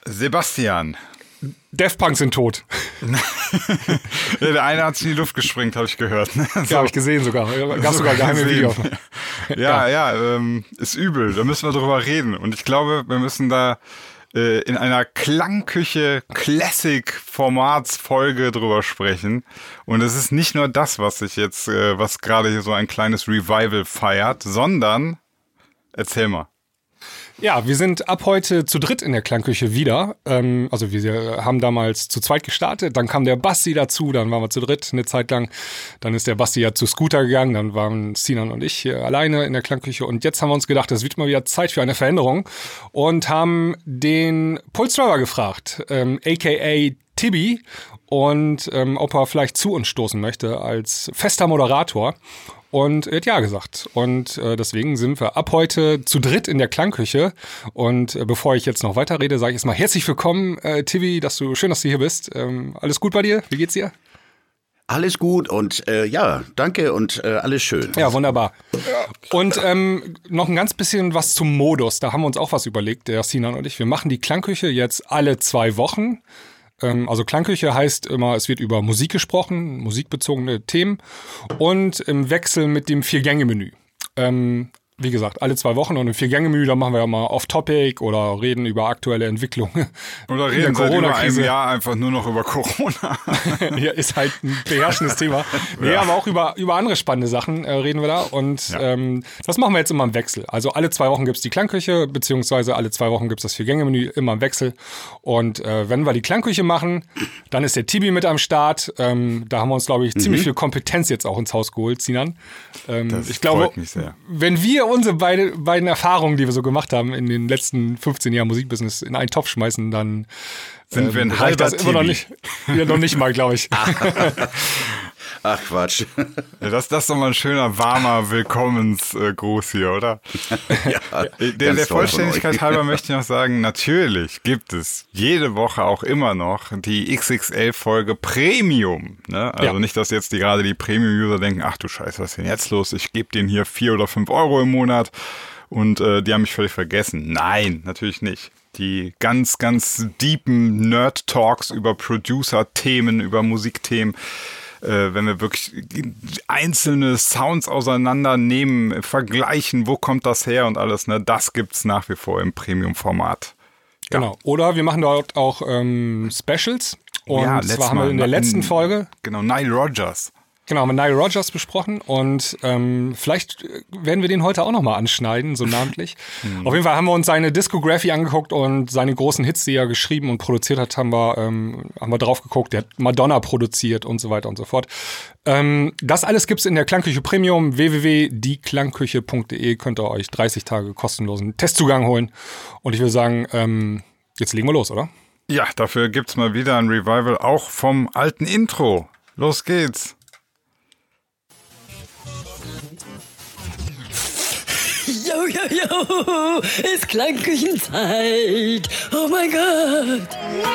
Sebastian. Daft Punk sind tot. Ja, der eine hat sich in die Luft gesprengt, habe ich gehört. Ne? So. Ja, habe ich gesehen sogar. Gab sogar geheime Videos. Ja, ist übel. Da müssen wir drüber reden. Und ich glaube, wir müssen da in einer Klangküche Classic-Formatsfolge drüber sprechen. Und es ist nicht nur das, was was gerade hier so ein kleines Revival feiert, sondern, erzähl mal. Ja, wir sind ab heute zu dritt in der Klangküche wieder. Also wir haben damals zu zweit gestartet, dann kam der Basti dazu, dann waren wir zu dritt eine Zeit lang. Dann ist der Basti ja zu Scooter gegangen, dann waren Sinan und ich hier alleine in der Klangküche. Und jetzt haben wir uns gedacht, es wird mal wieder Zeit für eine Veränderung und haben den Pulse Driver gefragt, aka Tibi, und ob er vielleicht zu uns stoßen möchte als fester Moderator. Und er hat ja gesagt. Und deswegen sind wir ab heute zu dritt in der Klangküche. Und bevor ich jetzt noch weiterrede, sage ich erstmal herzlich willkommen, Tibi, schön, dass du hier bist. Alles gut bei dir? Wie geht's dir? Alles gut und ja, danke und alles schön. Ja, wunderbar. Und noch ein ganz bisschen was zum Modus. Da haben wir uns auch was überlegt, der Sinan und ich. Wir machen die Klangküche jetzt alle 2 Wochen. Also Klangküche heißt immer, es wird über Musik gesprochen, musikbezogene Themen und im Wechsel mit dem 4-Gänge-Menü. Wie gesagt, alle 2 Wochen und im 4-Gänge-Menü, da machen wir ja mal Off-Topic oder reden über aktuelle Entwicklungen. Oder reden seit über einem Jahr einfach nur noch über Corona. Ja, ist halt ein beherrschendes Thema. Nee, aber auch über andere spannende Sachen reden wir da. Und das machen wir jetzt immer im Wechsel. Also alle 2 Wochen gibt's die Klangküche, beziehungsweise alle 2 Wochen gibt's das 4-Gänge-Menü, immer im Wechsel. Und wenn wir die Klangküche machen, dann ist der Tibi mit am Start. Da haben wir uns, glaube ich, ziemlich viel Kompetenz jetzt auch ins Haus geholt, Sinan. Ich glaube, freut mich sehr. Wenn wir unsere beiden Erfahrungen, die wir so gemacht haben in den letzten 15 Jahren Musikbusiness, in einen Topf schmeißen, dann sind wir ein halber das immer noch nicht. Ja, noch nicht mal, glaube ich. Ach Quatsch. Das ist doch mal ein schöner, warmer Willkommensgruß hier, oder? Ja, der Vollständigkeit halber möchte ich noch sagen, natürlich gibt es jede Woche auch immer noch die XXL-Folge Premium. Ne? Also nicht, dass jetzt gerade die Premium-User denken, ach du Scheiße, was ist denn jetzt los? Ich gebe denen hier 4 oder 5 Euro im Monat und die haben mich völlig vergessen. Nein, natürlich nicht. Die ganz, ganz deepen Nerd-Talks über Producer-Themen, über Musikthemen, wenn wir wirklich einzelne Sounds auseinandernehmen, vergleichen, wo kommt das her und alles, ne, das gibt's nach wie vor im Premium-Format. Ja. Genau. Oder wir machen dort auch Specials. Und zwar haben wir in der letzten Folge. Genau, Nile Rodgers. Genau, haben wir Nile Rodgers besprochen und vielleicht werden wir den heute auch nochmal anschneiden, so namentlich. Auf jeden Fall haben wir uns seine Discography angeguckt und seine großen Hits, die er geschrieben und produziert hat, haben wir drauf geguckt. Der hat Madonna produziert und so weiter und so fort. Das alles gibt's in der Klangküche Premium, www.dieklangküche.de, könnt ihr euch 30 Tage kostenlosen Testzugang holen. Und ich würde sagen, jetzt legen wir los, oder? Ja, dafür gibt's mal wieder ein Revival, auch vom alten Intro. Los geht's. Yo, yo, yo, ist Klangküchenzeit. Oh mein Gott.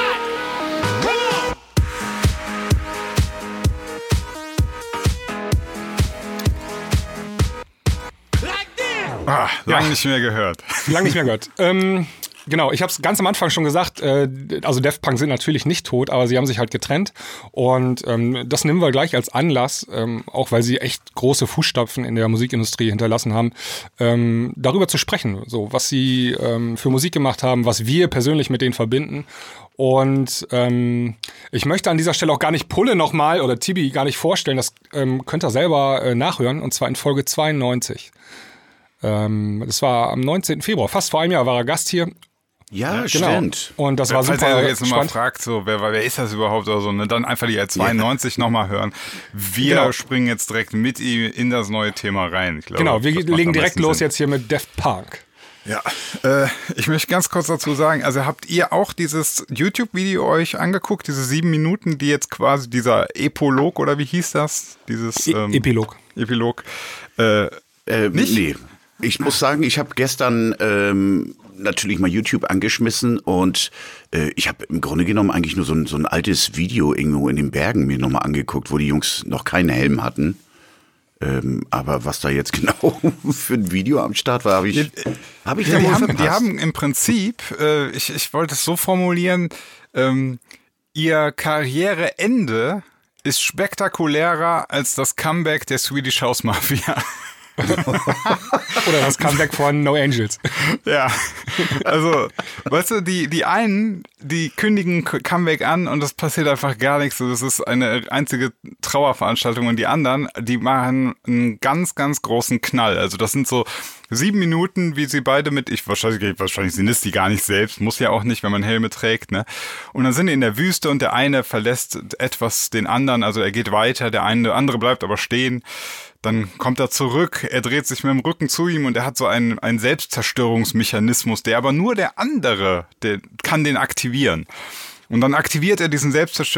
Lang nicht mehr gehört. Lang nicht mehr gehört. Genau, ich habe es ganz am Anfang schon gesagt, also Daft Punk sind natürlich nicht tot, aber sie haben sich halt getrennt und das nehmen wir gleich als Anlass, auch weil sie echt große Fußstapfen in der Musikindustrie hinterlassen haben, darüber zu sprechen, so was sie für Musik gemacht haben, was wir persönlich mit denen verbinden. Und ich möchte an dieser Stelle auch gar nicht Pulle nochmal oder Tibi gar nicht vorstellen, das könnt ihr selber nachhören, und zwar in Folge 92. Das war am 19. Februar, fast vor einem Jahr war er Gast hier. Ja, genau. Stimmt. Und das war super spannend. Falls ihr jetzt nochmal spannend. fragt, so, wer ist das überhaupt oder so, ne? Dann einfach die 92 nochmal hören. Wir springen jetzt direkt mit ihm in das neue Thema rein. Ich glaube, genau, wir legen direkt los Sinn. jetzt hier mit Daft Punk. Ja, ich möchte ganz kurz dazu sagen, also habt ihr auch dieses YouTube-Video euch angeguckt, diese 7 Minuten, die jetzt quasi dieser Epolog oder wie hieß das? Dieses Epilog. Epilog. Nicht? Nee. Ich muss sagen, ich habe gestern natürlich mal YouTube angeschmissen und ich habe im Grunde genommen eigentlich nur so ein altes Video irgendwo in den Bergen mir nochmal angeguckt, wo die Jungs noch keinen Helm hatten. Aber was da jetzt genau für ein Video am Start war, die haben im Prinzip, ich wollte es so formulieren, ihr Karriereende ist spektakulärer als das Comeback der Swedish House Mafia. Oder das Comeback von No Angels. Ja, also, weißt du, die einen, die kündigen Comeback an und das passiert einfach gar nichts. Das ist eine einzige Trauerveranstaltung und die anderen, die machen einen ganz, ganz großen Knall. Also das sind so 7 Minuten, wie sie beide wahrscheinlich sind es die gar nicht selbst, muss ja auch nicht, wenn man Helme trägt, ne? Und dann sind die in der Wüste und der eine verlässt etwas den anderen, also er geht weiter, der andere bleibt aber stehen. Dann kommt er zurück, er dreht sich mit dem Rücken zu ihm und er hat so einen Selbstzerstörungsmechanismus, der aber nur der andere, der kann den aktivieren. Und dann aktiviert er diesen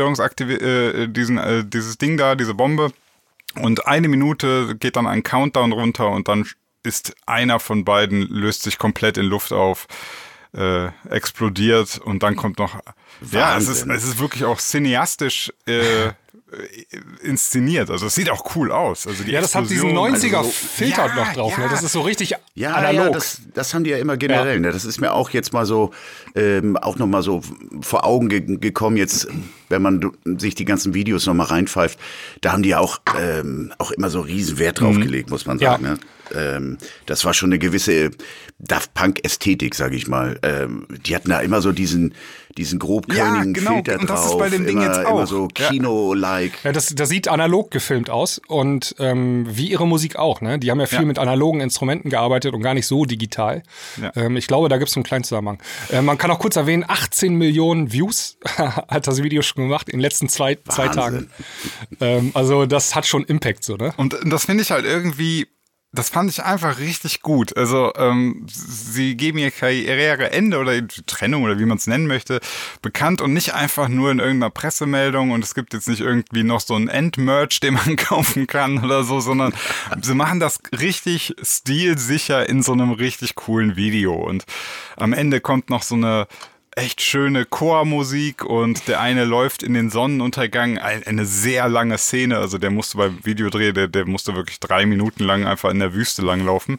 dieses Ding da, diese Bombe. Und 1 Minute geht dann ein Countdown runter und dann ist einer von beiden, löst sich komplett in Luft auf, explodiert und dann kommt noch, Wahnsinn. Ja, es ist wirklich auch cineastisch, inszeniert. Also es sieht auch cool aus. Also das hat diesen 90er-Filter noch drauf. Ne? Das ist so richtig analog. Ja, das haben die ja immer generell. Ne? Das ist mir auch jetzt mal so, auch nochmal so vor Augen gekommen jetzt, wenn man sich die ganzen Videos nochmal reinpfeift. Da haben die ja auch immer so riesen Wert drauf gelegt, muss man sagen. Ne? Das war schon eine gewisse Daft Punk-Ästhetik, sag ich mal. Die hatten da immer so diesen grobkörnigen Filter und drauf. Das ist bei dem Ding jetzt auch. Immer so Kino-like. Ja, das sieht analog gefilmt aus und wie ihre Musik auch. Ne? Die haben ja viel mit analogen Instrumenten gearbeitet und gar nicht so digital. Ja. Ich glaube, da gibt es einen kleinen Zusammenhang. Man kann auch kurz erwähnen, 18 Millionen Views hat das Video schon gemacht in den letzten zwei Tagen. Also das hat schon Impact so, ne? Und das finde ich halt irgendwie, das fand ich einfach richtig gut. Also sie geben ihr Karriereende oder die Trennung oder wie man es nennen möchte, bekannt und nicht einfach nur in irgendeiner Pressemeldung und es gibt jetzt nicht irgendwie noch so einen Endmerch, den man kaufen kann oder so, sondern sie machen das richtig stilsicher in so einem richtig coolen Video und am Ende kommt noch so eine echt schöne Chormusik und der eine läuft in den Sonnenuntergang, eine sehr lange Szene, also der musste beim Videodreh, der musste wirklich 3 Minuten lang einfach in der Wüste langlaufen.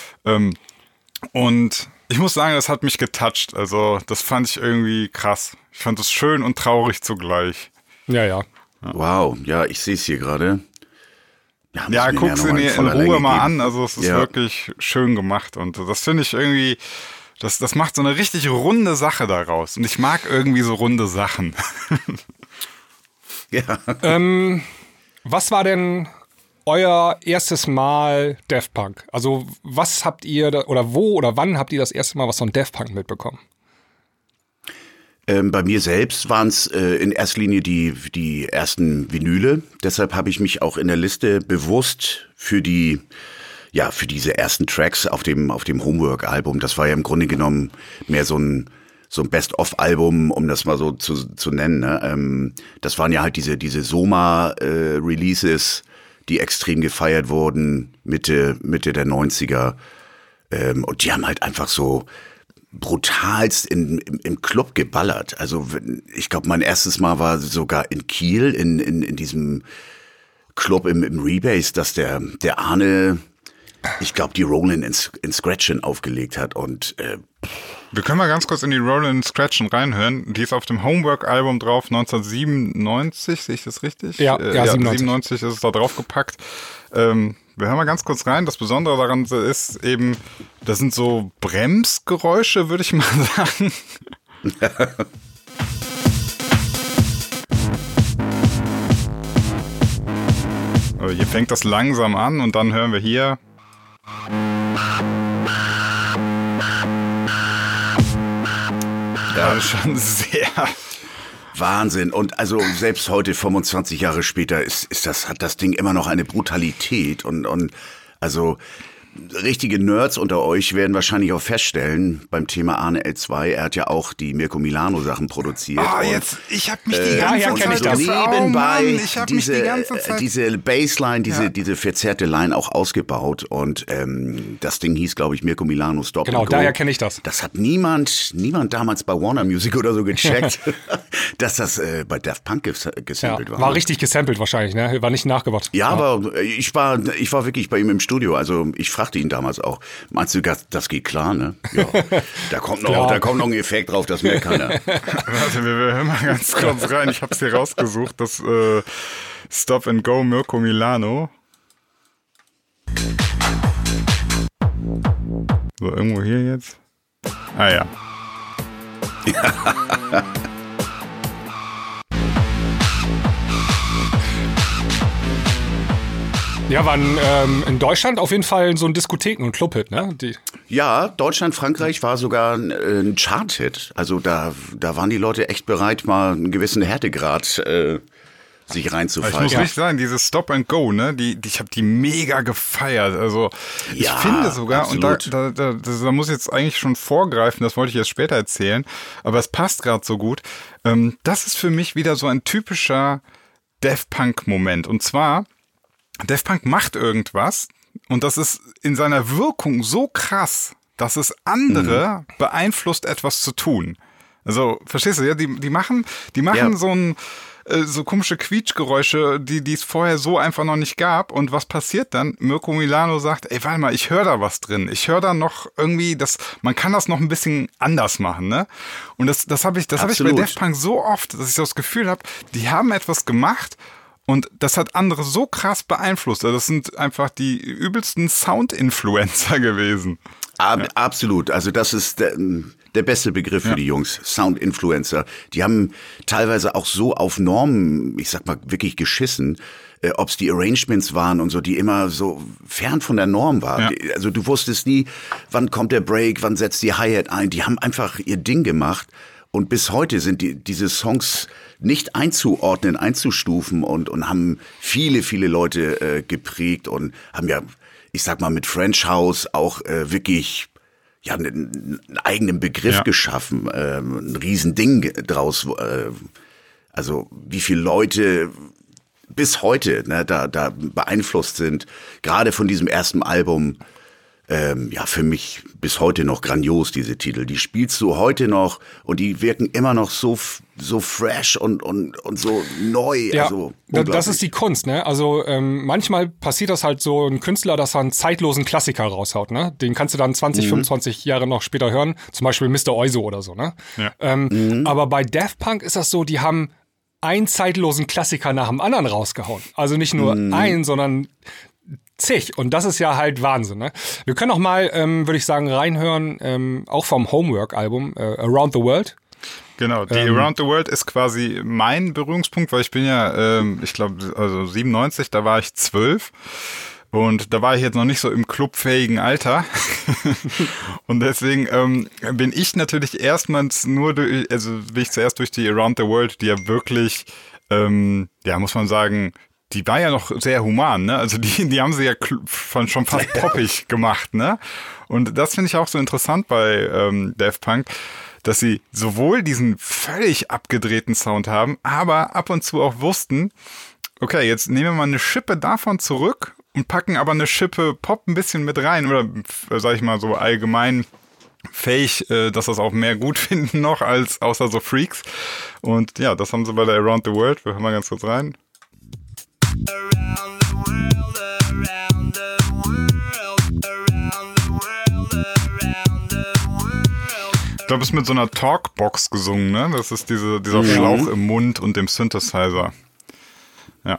Und ich muss sagen, das hat mich getoucht, also das fand ich irgendwie krass. Ich fand es schön und traurig zugleich. Ja. Wow, ja, ich sehe es hier gerade. Ja, guck's in Ruhe mal an, also es ist wirklich schön gemacht und das finde ich irgendwie... Das macht so eine richtig runde Sache daraus. Und ich mag irgendwie so runde Sachen. Ja. Was war denn euer erstes Mal Daft Punk? Also was habt ihr oder wo oder wann habt ihr das erste Mal was von Daft Punk mitbekommen? Bei mir selbst waren es in erster Linie die ersten Vinyle. Deshalb habe ich mich auch in der Liste bewusst für diese ersten Tracks auf dem Homework-Album, das war ja im Grunde genommen mehr so ein Best-of-Album, um das mal so zu nennen. Ne? Das waren ja halt diese Soma-Releases, die extrem gefeiert wurden, Mitte der 90er. Und die haben halt einfach so brutalst im Club geballert. Also ich glaube, mein erstes Mal war sogar in Kiel, in diesem Club im Rebase, dass der Arne... Ich glaube, die Rollin' in Scratchen aufgelegt hat und wir können mal ganz kurz in die Rollin' in Scratchen reinhören. Die ist auf dem Homework-Album drauf, 1997, sehe ich das richtig? Ja, 97 ist es da drauf gepackt. Wir hören mal ganz kurz rein. Das Besondere daran ist eben, das sind so Bremsgeräusche, würde ich mal sagen. Also hier fängt das langsam an und dann hören wir hier... Ja, das ist schon sehr... Wahnsinn. Und also selbst heute, 25 Jahre später, hat das Ding immer noch eine Brutalität und also richtige Nerds unter euch werden wahrscheinlich auch feststellen, beim Thema Arne L2, er hat ja auch die Mirko Milano Sachen produziert. Ich habe mich die ganze Zeit nebenbei diese Bassline, diese verzerrte Line auch ausgebaut und das Ding hieß, glaube ich, Mirko Milano Stop and Go. Genau, daher kenne ich das. Das hat niemand damals bei Warner Music oder so gecheckt, dass das bei Daft Punk gesampelt war. War richtig gesampelt wahrscheinlich, ne? War nicht nachgebaut. Ja, aber ich war wirklich bei ihm im Studio, also ich fragte ihn damals auch, meinst du, das geht klar, ne? Ja, da kommt noch ein Effekt drauf, das merkt keiner. Warte, wir hören mal ganz kurz rein, ich hab's hier rausgesucht, das Stop and Go Mirko Milano. So, irgendwo hier jetzt. Ah ja. Ja, waren in Deutschland auf jeden Fall so ein Diskotheken- und Clubhit, ne? Ja, Deutschland, Frankreich war sogar ein Chart-Hit. Also da waren die Leute echt bereit, mal einen gewissen Härtegrad sich reinzufallen. Ich muss nicht sagen, dieses Stop and Go, ne, ich habe die mega gefeiert. Also ich finde sogar, absolut. Und da muss ich jetzt eigentlich schon vorgreifen, das wollte ich jetzt später erzählen, aber es passt gerade so gut. Das ist für mich wieder so ein typischer Daft Punk-Moment. Und zwar, Daft Punk macht irgendwas und das ist in seiner Wirkung so krass, dass es andere beeinflusst, etwas zu tun. Also, verstehst du, ja, die machen so komische Quietschgeräusche, die es vorher so einfach noch nicht gab. Und was passiert dann? Mirko Milano sagt, ey, warte mal, ich höre da was drin. Ich höre da noch irgendwie, man kann das noch ein bisschen anders machen, ne? Und das habe ich bei Daft Punk so oft, dass ich so das Gefühl habe, die haben etwas gemacht und das hat andere so krass beeinflusst. Also das sind einfach die übelsten Sound-Influencer gewesen. Absolut. Also das ist der beste Begriff für die Jungs. Sound-Influencer. Die haben teilweise auch so auf Normen, ich sag mal, wirklich geschissen, ob es die Arrangements waren und so, die immer so fern von der Norm waren. Ja. Also du wusstest nie, wann kommt der Break, wann setzt die Hi-Hat ein. Die haben einfach ihr Ding gemacht. Und bis heute sind diese Songs nicht einzuordnen, einzustufen und haben viele, viele Leute geprägt und haben ja, ich sag mal, mit French House auch wirklich einen eigenen Begriff geschaffen, ein Riesending draus. Also wie viele Leute bis heute da beeinflusst sind, gerade von diesem ersten Album. Für mich bis heute noch grandios, diese Titel. Die spielst du heute noch und die wirken immer noch so fresh und so neu. Ja, also, das ist die Kunst, ne? Also manchmal passiert das halt so, ein Künstler, dass er einen zeitlosen Klassiker raushaut, ne? Den kannst du dann 20, 25 Jahre noch später hören. Zum Beispiel Mr. Oizo oder so, ne? Ja. Aber bei Daft Punk ist das so, die haben einen zeitlosen Klassiker nach dem anderen rausgehauen. Also nicht nur einen, sondern zig. Und das ist ja halt Wahnsinn, ne? Wir können auch mal, würde ich sagen, reinhören, auch vom Homework-Album, Around the World. Genau, die Around the World ist quasi mein Berührungspunkt, weil ich bin ja, ich glaube, also 97, da war ich 12. Und da war ich jetzt noch nicht so im clubfähigen Alter. Und deswegen bin ich natürlich erstmals bin ich zuerst durch die Around the World, die ja wirklich, muss man sagen, die war ja noch sehr human, ne? Also die haben sie ja schon fast poppig gemacht, ne? Und das finde ich auch so interessant bei Daft Punk, dass sie sowohl diesen völlig abgedrehten Sound haben, aber ab und zu auch wussten, okay, jetzt nehmen wir mal eine Schippe davon zurück und packen aber eine Schippe Pop ein bisschen mit rein oder, sag ich mal, so allgemein fähig, dass das auch mehr gut finden noch als außer so Freaks. Und ja, das haben sie bei der Around the World. Wir hören mal ganz kurz rein. Around the world, around the world, around the world, around the world. Ich glaube, es ist mit so einer Talkbox gesungen, ne? Das ist dieser Schlauch im Mund und dem Synthesizer. Ja,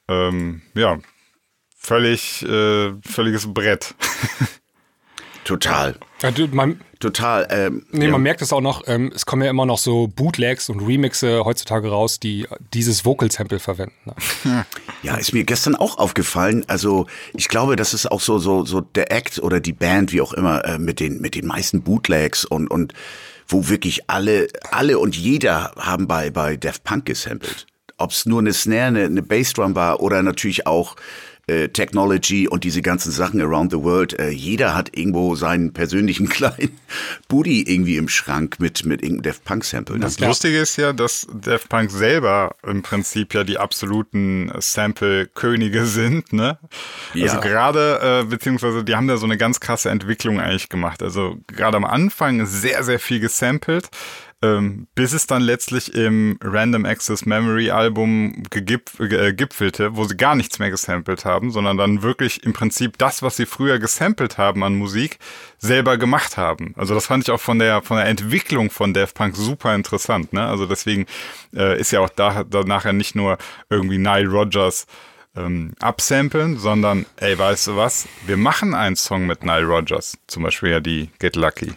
völliges Brett. Total. Total. Man merkt es auch noch, es kommen ja immer noch so Bootlegs und Remixe heutzutage raus, die dieses Vocal-Sample verwenden. Ne? Ja, ist mir gestern auch aufgefallen. Also ich glaube, das ist auch so der Act oder die Band, wie auch immer, mit den meisten Bootlegs und wo wirklich alle und jeder haben bei Daft Punk gesampelt. Ob es nur eine Snare, eine Bassdrum war oder natürlich auch Technology und diese ganzen Sachen around the world. Jeder hat irgendwo seinen persönlichen kleinen Booty irgendwie im Schrank mit irgendeinem Daft Punk Sample. Das Lustige ist ja, dass Daft Punk selber im Prinzip ja die absoluten Sample-Könige sind, ne? Ja. Also gerade, beziehungsweise die haben da so eine ganz krasse Entwicklung eigentlich gemacht. Also gerade am Anfang sehr, sehr viel gesampelt. Bis es dann letztlich im Random Access Memory Album gipfelte, wo sie gar nichts mehr gesampelt haben, sondern dann wirklich im Prinzip das, was sie früher gesampelt haben an Musik, selber gemacht haben. Also das fand ich auch von der Entwicklung von Daft Punk super interessant, ne? Also deswegen ist ja auch da nachher nicht nur irgendwie Nile Rodgers absamplen, sondern ey, weißt du was? Wir machen einen Song mit Nile Rodgers, zum Beispiel ja die Get Lucky.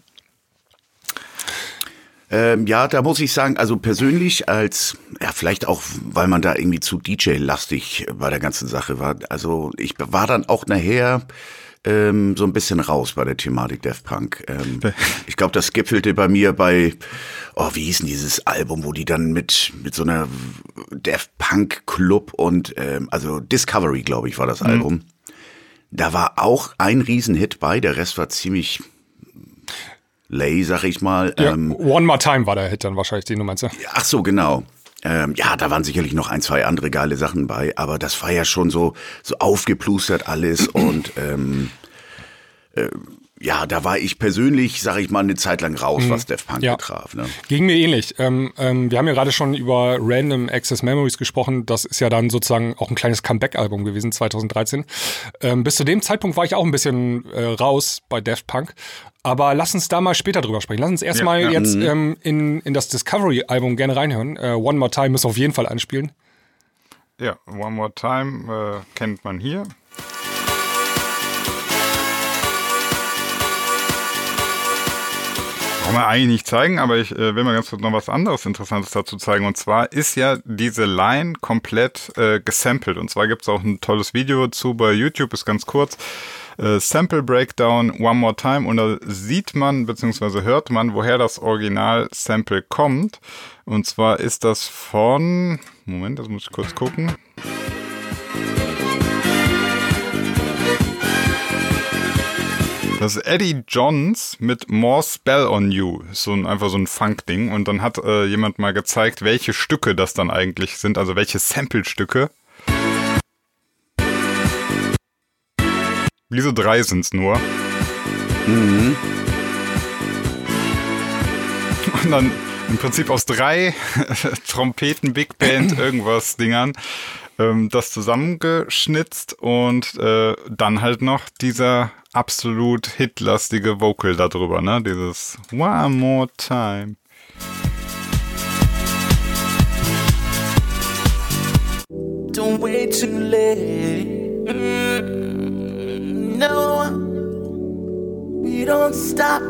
Ja, da muss ich sagen, also persönlich vielleicht auch, weil man da irgendwie zu DJ-lastig bei der ganzen Sache war. Also ich war dann auch nachher so ein bisschen raus bei der Thematik Daft Punk. Ich glaube, das gipfelte bei mir bei, wie hieß denn dieses Album, wo die dann mit so einer Daft Punk Club und also Discovery, glaube ich, war das Album. Da war auch ein Riesenhit bei, der Rest war ziemlich lay, sag ich mal. Ja, One More Time war der Hit dann wahrscheinlich, den du meinst, ja? Ach so, genau. Ja, da waren sicherlich noch 1, 2 andere geile Sachen bei, aber das war ja schon so aufgeplustert alles und ja, da war ich persönlich, sag ich mal, eine Zeit lang raus, was Daft Punk betraf. Ne? Ging mir ähnlich. Wir haben ja gerade schon über Random Access Memories gesprochen. Das ist ja dann sozusagen auch ein kleines Comeback-Album gewesen, 2013. Bis zu dem Zeitpunkt war ich auch ein bisschen raus bei Daft Punk. Aber lass uns da mal später drüber sprechen. Lass uns erstmal jetzt in das Discovery-Album gerne reinhören. One More Time müssen wir auf jeden Fall anspielen. Ja, One More Time kennt man hier. Brauchen wir eigentlich nicht zeigen, aber ich will mal ganz kurz noch was anderes Interessantes dazu zeigen. Und zwar ist ja diese Line komplett gesampelt. Und zwar gibt es auch ein tolles Video dazu bei YouTube, ist ganz kurz. Sample Breakdown One More Time. Und da sieht man, beziehungsweise hört man, woher das Original-Sample kommt. Und zwar ist das von... Moment, das muss ich kurz gucken. Das ist Eddie Johns mit More Spell on You. Ist einfach so ein Funk-Ding. Und dann hat jemand mal gezeigt, welche Stücke das dann eigentlich sind, also welche Sample-Stücke. Diese 3 sind's nur. Und dann im Prinzip aus 3 Trompeten, Big Band, irgendwas Dingern, das zusammengeschnitzt und dann halt noch dieser absolut hitlastige Vocal darüber, ne? Dieses One More Time. Don't wait too late. No, we don't stop.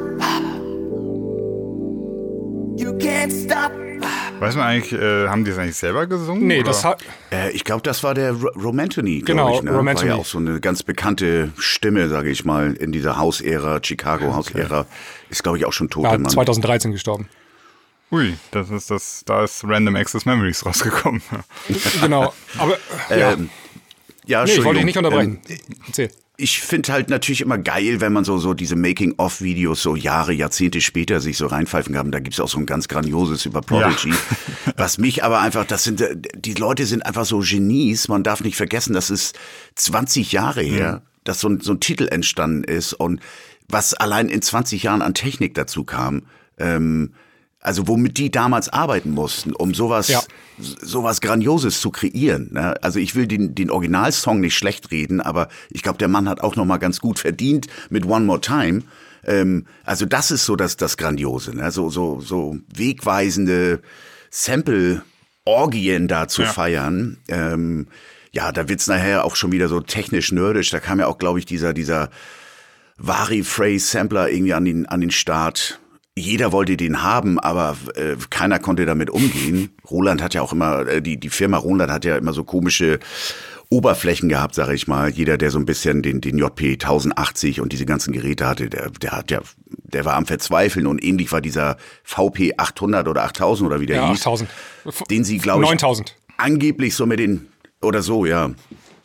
You can't stop. Weiß man eigentlich, haben die das eigentlich selber gesungen? Nee, oder? das hat... Ich glaube, das war der Romantony, Genau, ich. Ne? Romantony. War ja auch so eine ganz bekannte Stimme, sage ich mal, in dieser House-Ära, Chicago-House-Ära. Ist, glaube ich, auch schon tot. Ja, 2013 gestorben. Ui, da ist Random Access Memories rausgekommen. Genau, aber ja. Ja, Nee, ich wollte dich nicht unterbrechen. Erzähl. Ich finde halt natürlich immer geil, wenn man so diese Making-of-Videos so Jahre, Jahrzehnte später sich so reinpfeifen kann. Da gibt's auch so ein ganz grandioses über Prodigy. Ja. Was mich aber einfach, die Leute sind einfach so Genies. Man darf nicht vergessen, das ist 20 Jahre her, dass so ein Titel entstanden ist und was allein in 20 Jahren an Technik dazu kam. Also womit die damals arbeiten mussten, um sowas Grandioses zu kreieren. Ne? Also ich will den Originalsong nicht schlecht reden, aber ich glaube, der Mann hat auch noch mal ganz gut verdient mit One More Time. Also das ist so das Grandiose, ne? So wegweisende Sample-Orgien da zu feiern. Ja, da wird's nachher auch schon wieder so technisch nerdisch. Da kam ja auch, glaube ich, dieser Vari-Phrase-Sampler irgendwie an den Start. Jeder wollte den haben, aber keiner konnte damit umgehen. Roland hat ja auch immer, die Firma Roland hat ja immer so komische Oberflächen gehabt, sage ich mal. Jeder, der so ein bisschen den JP 1080 und diese ganzen Geräte hatte, der war am Verzweifeln und ähnlich war dieser VP 800 oder 8000 oder wie der hieß. 8000. Den sie, glaube ich, 9000. angeblich so mit den, oder so, ja.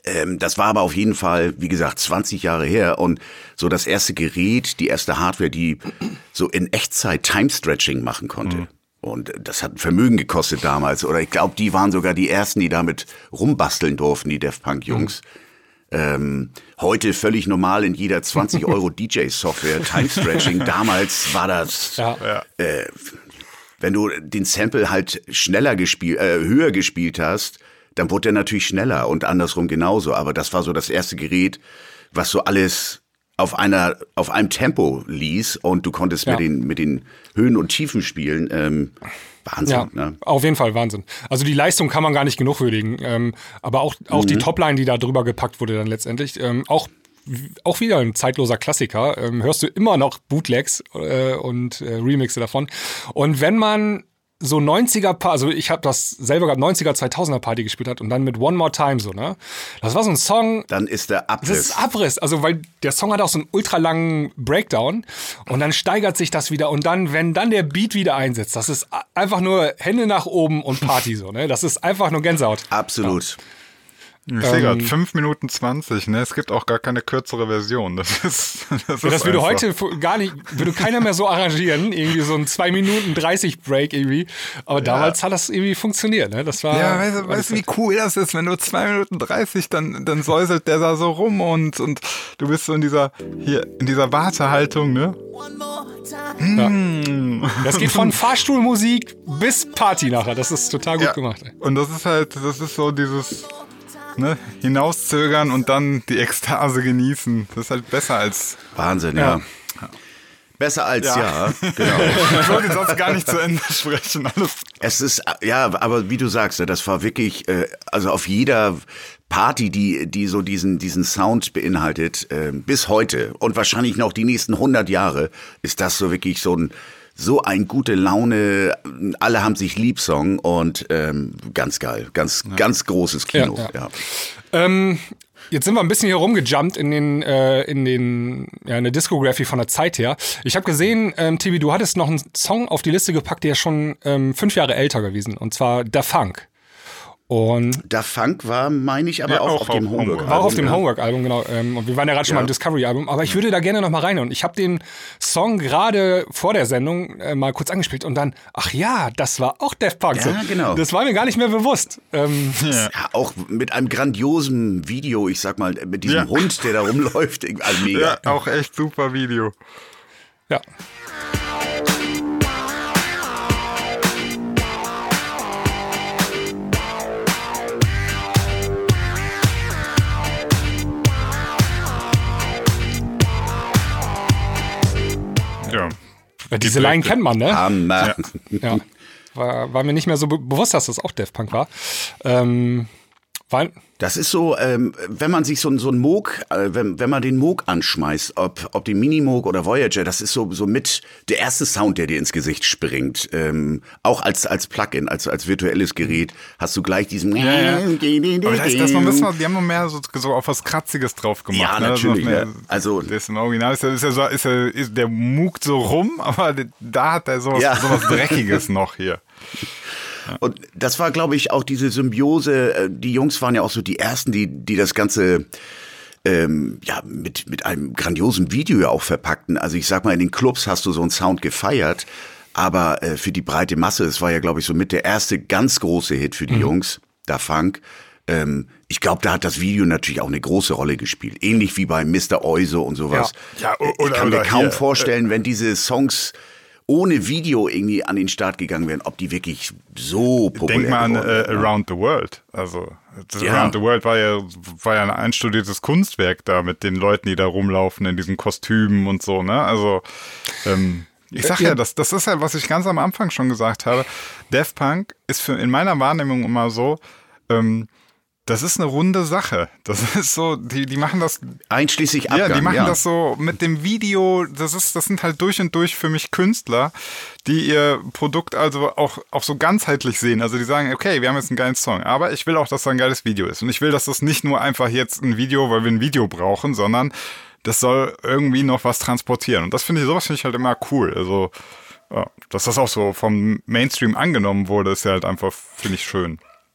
Das war aber auf jeden Fall, wie gesagt, 20 Jahre her und so das erste Gerät, die erste Hardware, die so in Echtzeit Time-Stretching machen konnte. Und das hat ein Vermögen gekostet damals. Oder ich glaube, die waren sogar die ersten, die damit rumbasteln durften, die Daft Punk-Jungs. Heute völlig normal in jeder 20 Euro DJ-Software, Time-Stretching. Damals war das, wenn du den Sample halt höher gespielt hast, dann wurde der natürlich schneller und andersrum genauso. Aber das war so das erste Gerät, was so alles auf einem Tempo ließ und du konntest mit den Höhen und Tiefen spielen. Wahnsinn, ja, ne? Auf jeden Fall Wahnsinn. Also die Leistung kann man gar nicht genug würdigen. Aber auch die Topline, die da drüber gepackt wurde dann letztendlich, auch wieder ein zeitloser Klassiker. Hörst du immer noch Bootlegs und Remixe davon. Und wenn man so 90er, also ich habe das selber gehabt, 90er, 2000er Party gespielt hat und dann mit One More Time so, ne? Das war so ein Song. Dann ist der Abriss. Das ist Abriss, also weil der Song hat auch so einen ultralangen Breakdown und dann steigert sich das wieder und dann, wenn dann der Beat wieder einsetzt, das ist einfach nur Hände nach oben und Party so, ne? Das ist einfach nur Gänsehaut. Absolut. Ja. Ich sehe gerade, 5 Minuten 20, ne? Es gibt auch gar keine kürzere Version. Das würde heute gar nicht, würde keiner mehr so arrangieren, irgendwie so ein 2 Minuten 30 Break irgendwie. Aber damals hat das irgendwie funktioniert, ne? Das war. Ja, weißt du, wie cool das ist, wenn du 2 Minuten 30, dann säuselt der da so rum und du bist so in dieser Wartehaltung, ne? Ja. Das geht von Fahrstuhlmusik bis Party nachher. Das ist total gut gemacht. Ey. Und das ist so dieses hinauszögern und dann die Ekstase genießen. Das ist halt besser als... Wahnsinn, ja. Besser als genau. Ich wollte sonst gar nicht zu Ende sprechen. Alles. Es ist, aber wie du sagst, das war wirklich, also auf jeder Party, die so diesen Sound beinhaltet, bis heute und wahrscheinlich noch die nächsten 100 Jahre, ist das so wirklich so ein gute Laune, alle haben sich lieb Song und ganz geil, ganz großes Kino. Ja. Jetzt sind wir ein bisschen hier rumgejumpt in der Discography von der Zeit her. Ich habe gesehen, Tibi, du hattest noch einen Song auf die Liste gepackt, der ist schon 5 Jahre älter gewesen, und zwar Da Funk. Und Da Funk war, meine ich, aber auch auf dem Homework-Album. War auch auf dem Homework-Album, genau. Und wir waren ja gerade schon beim Discovery-Album. Aber ich würde da gerne noch mal rein. Und ich habe den Song gerade vor der Sendung mal kurz angespielt. Und dann, ach ja, das war auch Daft Punk. Ja, genau. Das war mir gar nicht mehr bewusst. Ja, auch mit einem grandiosen Video, ich sag mal, mit diesem Hund, der da rumläuft. Also mega. Ja, auch echt super Video. Ja. Diese Line kennt man, ne? Hammer. Ja. War mir nicht mehr so bewusst, dass das auch Daft Punk war. Das ist so, wenn man sich so ein Moog, wenn man den Moog anschmeißt, ob den Minimoog oder Voyager, das ist so mit der erste Sound, der dir ins Gesicht springt. Auch als Plugin, als virtuelles Gerät, hast du gleich diesen. Ja. Aber das ist noch ein bisschen, die haben noch mehr so auf was Kratziges drauf gemacht. Ja, natürlich. Ne? Also das im Original ist der Moog so rum, aber da hat er sowas Dreckiges noch hier. Und das war, glaube ich, auch diese Symbiose. Die Jungs waren ja auch so die Ersten, die das Ganze mit einem grandiosen Video ja auch verpackten. Also ich sag mal, in den Clubs hast du so einen Sound gefeiert, aber für die breite Masse, es war ja, glaube ich, so mit der erste ganz große Hit für die Jungs, Da Funk. Ich glaube, da hat das Video natürlich auch eine große Rolle gespielt. Ähnlich wie bei Mr. Oizo und sowas. Ja, ich kann mir kaum vorstellen, wenn diese Songs ohne Video irgendwie an den Start gegangen wären, ob die wirklich so populär Denk mal an geworden Around the World. Also Around the World war ja ein einstudiertes Kunstwerk da mit den Leuten, die da rumlaufen in diesen Kostümen und so, ne? Also ich sag das ist ja, was ich ganz am Anfang schon gesagt habe. Daft Punk ist in meiner Wahrnehmung immer so, das ist eine runde Sache. Das ist so, die machen das einschließlich Abgang. Ja, die machen das so mit dem Video. Das sind halt durch und durch für mich Künstler, die ihr Produkt also auch so ganzheitlich sehen. Also die sagen, okay, wir haben jetzt einen geilen Song, aber ich will auch, dass da ein geiles Video ist. Und ich will, dass das nicht nur einfach jetzt ein Video, weil wir ein Video brauchen, sondern das soll irgendwie noch was transportieren. Und sowas finde ich halt immer cool. Also, dass das auch so vom Mainstream angenommen wurde, ist ja halt einfach, finde ich, schön.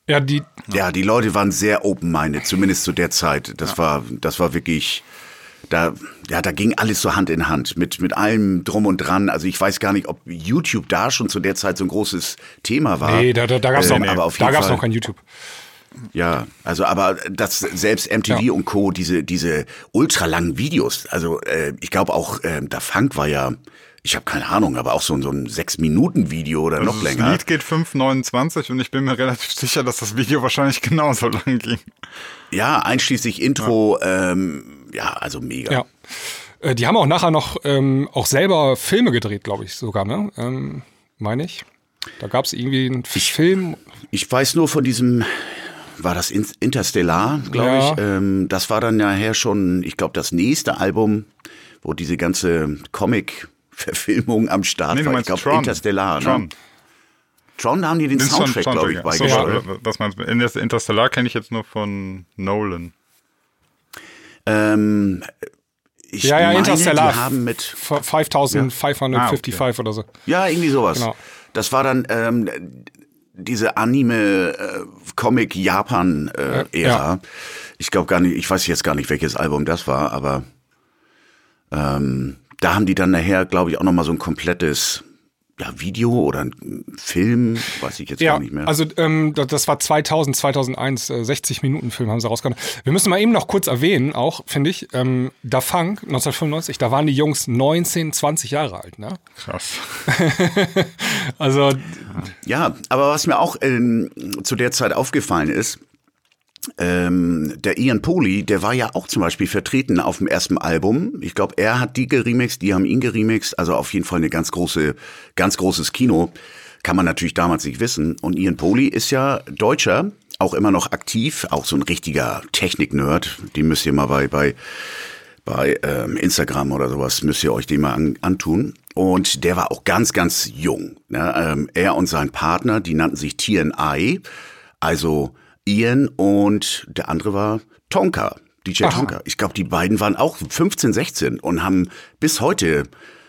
Ja, die Leute waren sehr open-minded, zumindest zu der Zeit. Das war wirklich, da ging alles so Hand in Hand mit allem drum und dran. Also ich weiß gar nicht, ob YouTube da schon zu der Zeit so ein großes Thema war. Nee, da gab's noch kein YouTube. Ja, also aber das selbst MTV und Co., diese ultralangen Videos, also ich glaube auch, Da Funk war ja, ich habe keine Ahnung, aber auch so ein 6-Minuten-Video oder noch länger. Das Lied geht 5,29 und ich bin mir relativ sicher, dass das Video wahrscheinlich genauso lang ging. Ja, einschließlich Intro, also mega. Ja. Die haben auch nachher noch auch selber Filme gedreht, glaube ich sogar, ne? Meine ich. Da gab es irgendwie einen Film. Ich weiß nur von diesem, war das Interstellar, glaube ich. Das war dann nachher schon, ich glaube, das nächste Album, wo diese ganze Comic-Verfilmung am Start war. Ich glaube, Interstellar. Tron. Ne? Tron, da haben die den Soundtrack, glaube ich, beigestellt. Was meinst du? Interstellar kenne ich jetzt nur von Nolan. Meine, Interstellar. Die haben mit 5555 oder so. Ja, irgendwie sowas. Genau. Das war dann diese Anime-Comic-Japan-Ära. Ich glaube gar nicht, ich weiß jetzt gar nicht, welches Album das war, aber da haben die dann nachher, glaube ich, auch nochmal so ein komplettes Video oder ein Film, weiß ich jetzt gar nicht mehr. Also das war 2001, 60-Minuten-Film haben sie rausgehauen. Wir müssen mal eben noch kurz erwähnen, auch, finde ich, Da Funk, 1995, da waren die Jungs 19, 20 Jahre alt, ne? Krass. Also ja, aber was mir auch zu der Zeit aufgefallen ist, der Ian Pooley, der war ja auch zum Beispiel vertreten auf dem ersten Album. Ich glaube, er hat die geremixed, die haben ihn geremixed. Also auf jeden Fall eine ganz großes Kino. Kann man natürlich damals nicht wissen. Und Ian Pooley ist ja Deutscher, auch immer noch aktiv, auch so ein richtiger Technik-Nerd. Die müsst ihr mal bei Instagram oder sowas, müsst ihr euch den mal antun. Und der war auch ganz, ganz jung. Ne? Er und sein Partner, die nannten sich TNI, also Ian, und der andere war Tonka, DJ Tonka. Ich glaube, die beiden waren auch 15, 16 und haben bis heute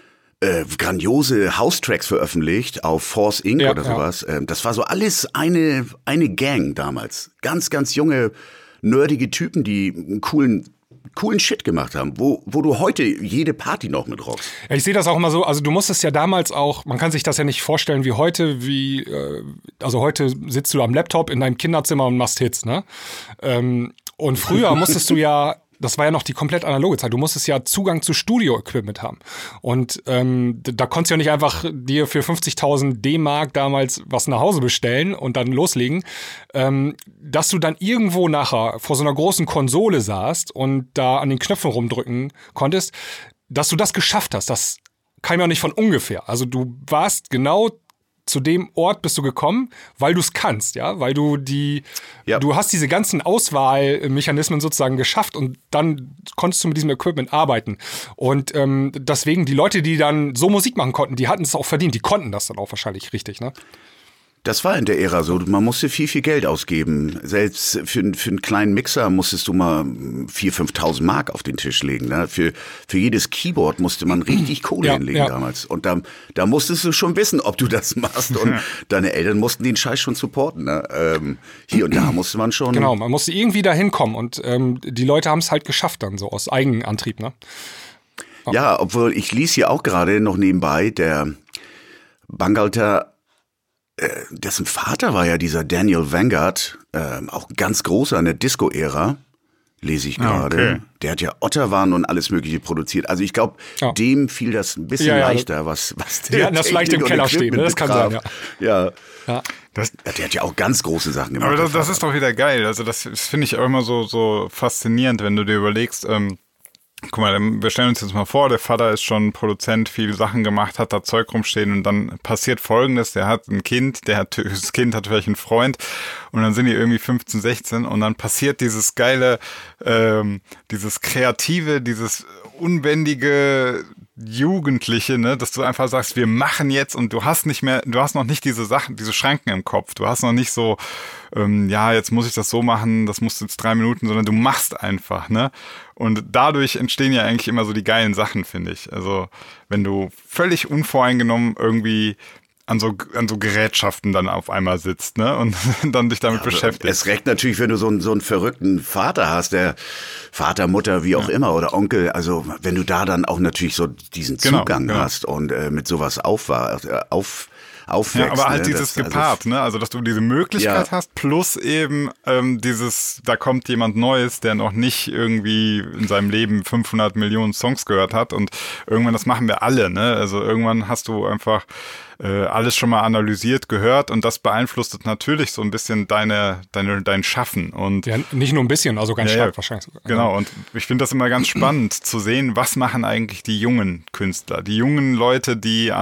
grandiose House-Tracks veröffentlicht auf Force Inc. oder sowas. Das war so alles eine Gang damals. Ganz, ganz junge, nerdige Typen, die einen coolen Shit gemacht haben, wo du heute jede Party noch mit rockst. Ja, ich sehe das auch immer so, also du musstest ja damals auch, man kann sich das ja nicht vorstellen wie heute, also heute sitzt du am Laptop in deinem Kinderzimmer und machst Hits, ne? Und früher musstest du ja, das war ja noch die komplett analoge Zeit, du musstest ja Zugang zu Studio-Equipment haben. Und da konntest du ja nicht einfach dir für 50.000 D-Mark damals was nach Hause bestellen und dann loslegen, dass du dann irgendwo nachher vor so einer großen Konsole saßt und da an den Knöpfen rumdrücken konntest, dass du das geschafft hast. Das kam ja nicht von ungefähr. Also du warst genau zu dem Ort bist du gekommen, weil du es kannst, ja, weil du du hast diese ganzen Auswahlmechanismen sozusagen geschafft und dann konntest du mit diesem Equipment arbeiten. Und deswegen, die Leute, die dann so Musik machen konnten, die hatten es auch verdient, die konnten das dann auch wahrscheinlich richtig, ne? Das war in der Ära so. Man musste viel, viel Geld ausgeben. Selbst für einen kleinen Mixer musstest du mal 4.000, 5.000 Mark auf den Tisch legen. Ne? Für jedes Keyboard musste man richtig Kohle hinlegen damals. Und da musstest du schon wissen, ob du das machst. Und deine Eltern mussten den Scheiß schon supporten. Ne? Hier und da musste man schon. Genau, man musste irgendwie da hinkommen. Und die Leute haben es halt geschafft dann so aus Eigenantrieb. Ne? Oh. Ja, obwohl ich lese hier auch gerade noch nebenbei, der Bangalter, dessen Vater war ja dieser Daniel Vanguard, auch ganz großer in der Disco-Ära, lese ich gerade. Okay. Der hat ja Otterwan und alles Mögliche produziert. Also ich glaube, dem fiel das ein bisschen leichter, was die hatten das vielleicht im Keller stehen, ne? Das kann sein, ja. Der hat ja auch ganz große Sachen gemacht. Aber das ist doch wieder geil. Also das finde ich auch immer so faszinierend, wenn du dir überlegst, guck mal, wir stellen uns jetzt mal vor, der Vater ist schon Produzent, viele Sachen gemacht, hat da Zeug rumstehen und dann passiert Folgendes, der hat ein Kind, das Kind hat vielleicht einen Freund und dann sind die irgendwie 15, 16 und dann passiert dieses geile, dieses kreative, dieses unbändige Jugendliche, ne, dass du einfach sagst, wir machen jetzt und du hast noch nicht diese Sachen, diese Schranken im Kopf, du hast noch nicht so, jetzt muss ich das so machen, das muss jetzt 3 Minuten, sondern du machst einfach, ne, und dadurch entstehen ja eigentlich immer so die geilen Sachen, finde ich, also wenn du völlig unvoreingenommen irgendwie an so Gerätschaften dann auf einmal sitzt, ne? Und dann dich damit beschäftigt. Es recht natürlich, wenn du so einen verrückten Vater hast, der Vater, Mutter, wie auch immer, oder Onkel, also wenn du da dann auch natürlich so diesen Zugang hast und mit sowas aufwächst. Ja, aber halt ne? dieses gepaart, ne? Also dass du diese Möglichkeit hast, plus eben da kommt jemand Neues, der noch nicht irgendwie in seinem Leben 500 Millionen Songs gehört hat und irgendwann, das machen wir alle, ne? Also irgendwann hast du einfach alles schon mal analysiert, gehört und das beeinflusst natürlich so ein bisschen dein Schaffen. Und ja, nicht nur ein bisschen, also ganz stark wahrscheinlich sogar. Genau, und ich finde das immer ganz spannend zu sehen, was machen eigentlich die jungen Künstler, die jungen Leute, die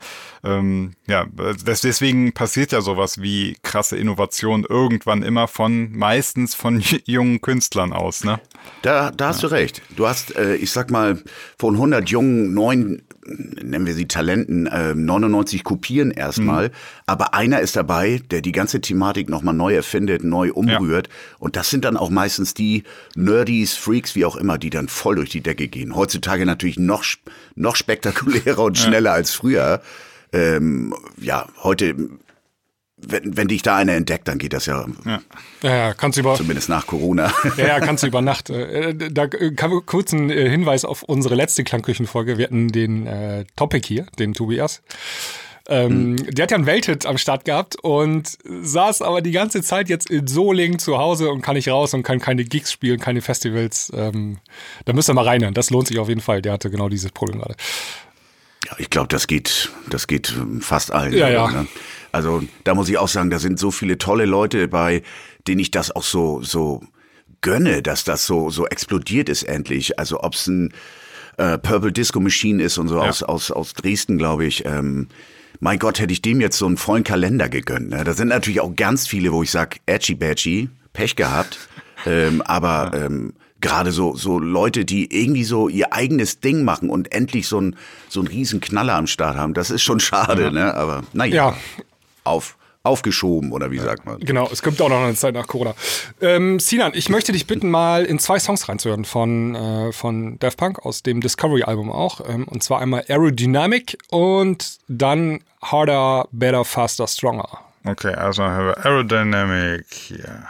deswegen passiert ja sowas wie krasse Innovation irgendwann immer meistens von jungen Künstlern aus, ne? Da hast du recht. Du hast, ich sag mal, von 100 jungen, nennen wir sie Talenten, 99 kopieren erstmal, aber einer ist dabei, der die ganze Thematik nochmal neu erfindet, neu umrührt und das sind dann auch meistens die Nerdies, Freaks, wie auch immer, die dann voll durch die Decke gehen. Heutzutage natürlich noch spektakulärer und schneller als früher. Heute, wenn dich da einer entdeckt, dann geht das ja kannst du zumindest nach Corona. Kannst du über Nacht. Da kann wir kurz einen Hinweis auf unsere letzte Klangküchenfolge. Wir hatten den Topic hier, den Tobias. Der hat ja einen Welthit am Start gehabt und saß aber die ganze Zeit jetzt in Solingen zu Hause und kann nicht raus und kann keine Gigs spielen, keine Festivals. Da müsst ihr mal reinhören. Das lohnt sich auf jeden Fall. Der hatte genau dieses Problem gerade. Ja, ich glaube, das geht fast allen. Ja. Ne? Also da muss ich auch sagen, da sind so viele tolle Leute bei, denen ich das auch so gönne, dass das so explodiert ist endlich. Also ob es ein Purple Disco Machine ist und so aus Dresden, glaube ich. Mein Gott, hätte ich dem jetzt so einen vollen Kalender gegönnt. Ne? Da sind natürlich auch ganz viele, wo ich sage, Edgy, Pech gehabt. Aber gerade so Leute, die irgendwie so ihr eigenes Ding machen und endlich so einen riesen Knaller am Start haben, das ist schon schade, ne? Aber naja, aufgeschoben oder wie sagt man? Genau, es kommt auch noch eine Zeit nach Corona. Sinan, ich möchte dich bitten, mal in 2 Songs reinzuhören von Daft Punk aus dem Discovery-Album auch. Und zwar einmal Aerodynamic und dann Harder, Better, Faster, Stronger. Okay, also haben wir Aerodynamic hier.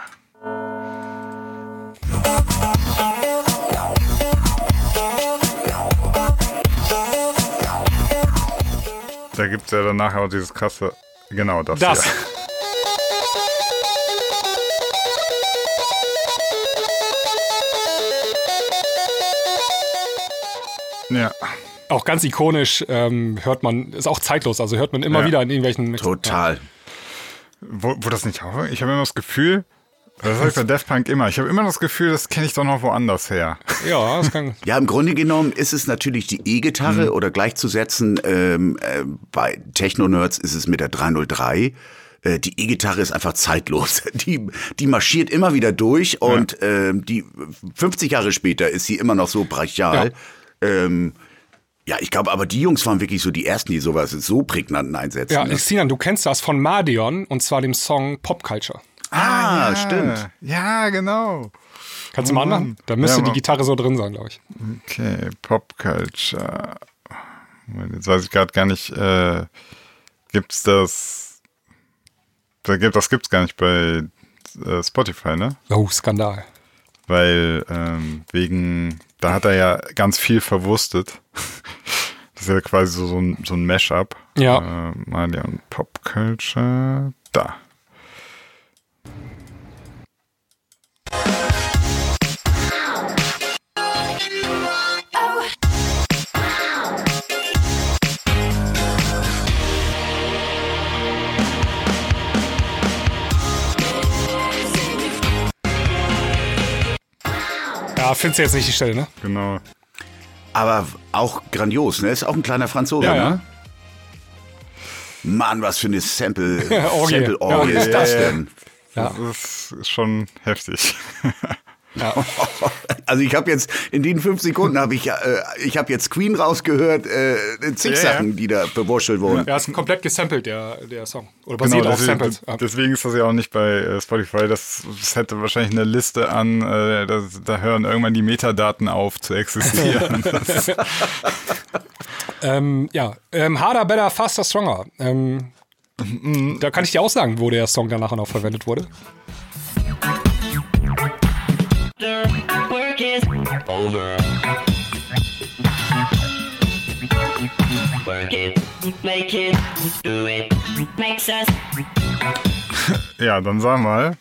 Da gibt es ja danach auch dieses krasse, genau das hier. Ja. Auch ganz ikonisch, hört man, ist auch zeitlos, also hört man immer wieder in irgendwelchen... Total. Wo das nicht auch? Ich habe immer das Gefühl, das habe ich bei Daft Punk immer. Ich habe immer das Gefühl, das kenne ich doch noch woanders her. Ja, das kann. Ja, im Grunde genommen ist es natürlich die E-Gitarre oder gleichzusetzen. Bei Techno-Nerds ist es mit der 303. Die E-Gitarre ist einfach zeitlos. Die marschiert immer wieder durch und die 50 Jahre später ist sie immer noch so brachial. Ja. Ich glaube, aber die Jungs waren wirklich so die ersten, die sowas so prägnant einsetzen. Ja, ne? Sinan, du kennst das von Madeon und zwar dem Song Pop Culture. Ja, stimmt. Ja, genau. Kannst du mal anmachen? Da müsste die Gitarre so drin sein, glaube ich. Okay, Pop Culture. Jetzt weiß ich gerade gar nicht, gibt's das? Das gibt's gar nicht bei Spotify, ne? Oh, Skandal. Weil da hat er ja ganz viel verwurstet. Das ist ja quasi so ein Mashup. Ja. Malia und Pop Culture. Da. Ja, findest du jetzt nicht die Stelle, ne? Genau. Aber auch grandios, ne? Ist auch ein kleiner Franzose, Ja, ne? ja. Mann, was für eine Orgie. Sample-Orgie ist das denn? Das ist schon heftig. Ja. Also ich habe jetzt, in den 5 Sekunden habe ich jetzt Queen rausgehört, zig Sachen, die da bewurschtelt wurden. Ja, ist komplett gesampelt, der Song. Oder basiert auf Samples. Ja. Deswegen ist das ja auch nicht bei Spotify. Das hätte wahrscheinlich eine Liste an, da hören irgendwann die Metadaten auf zu existieren. Harder, Better, Faster, Stronger. Da kann ich dir auch sagen, wo der Song dann nachher noch verwendet wurde. The work is over. Work it, make it, do it, makes us. Ja, dann sag mal.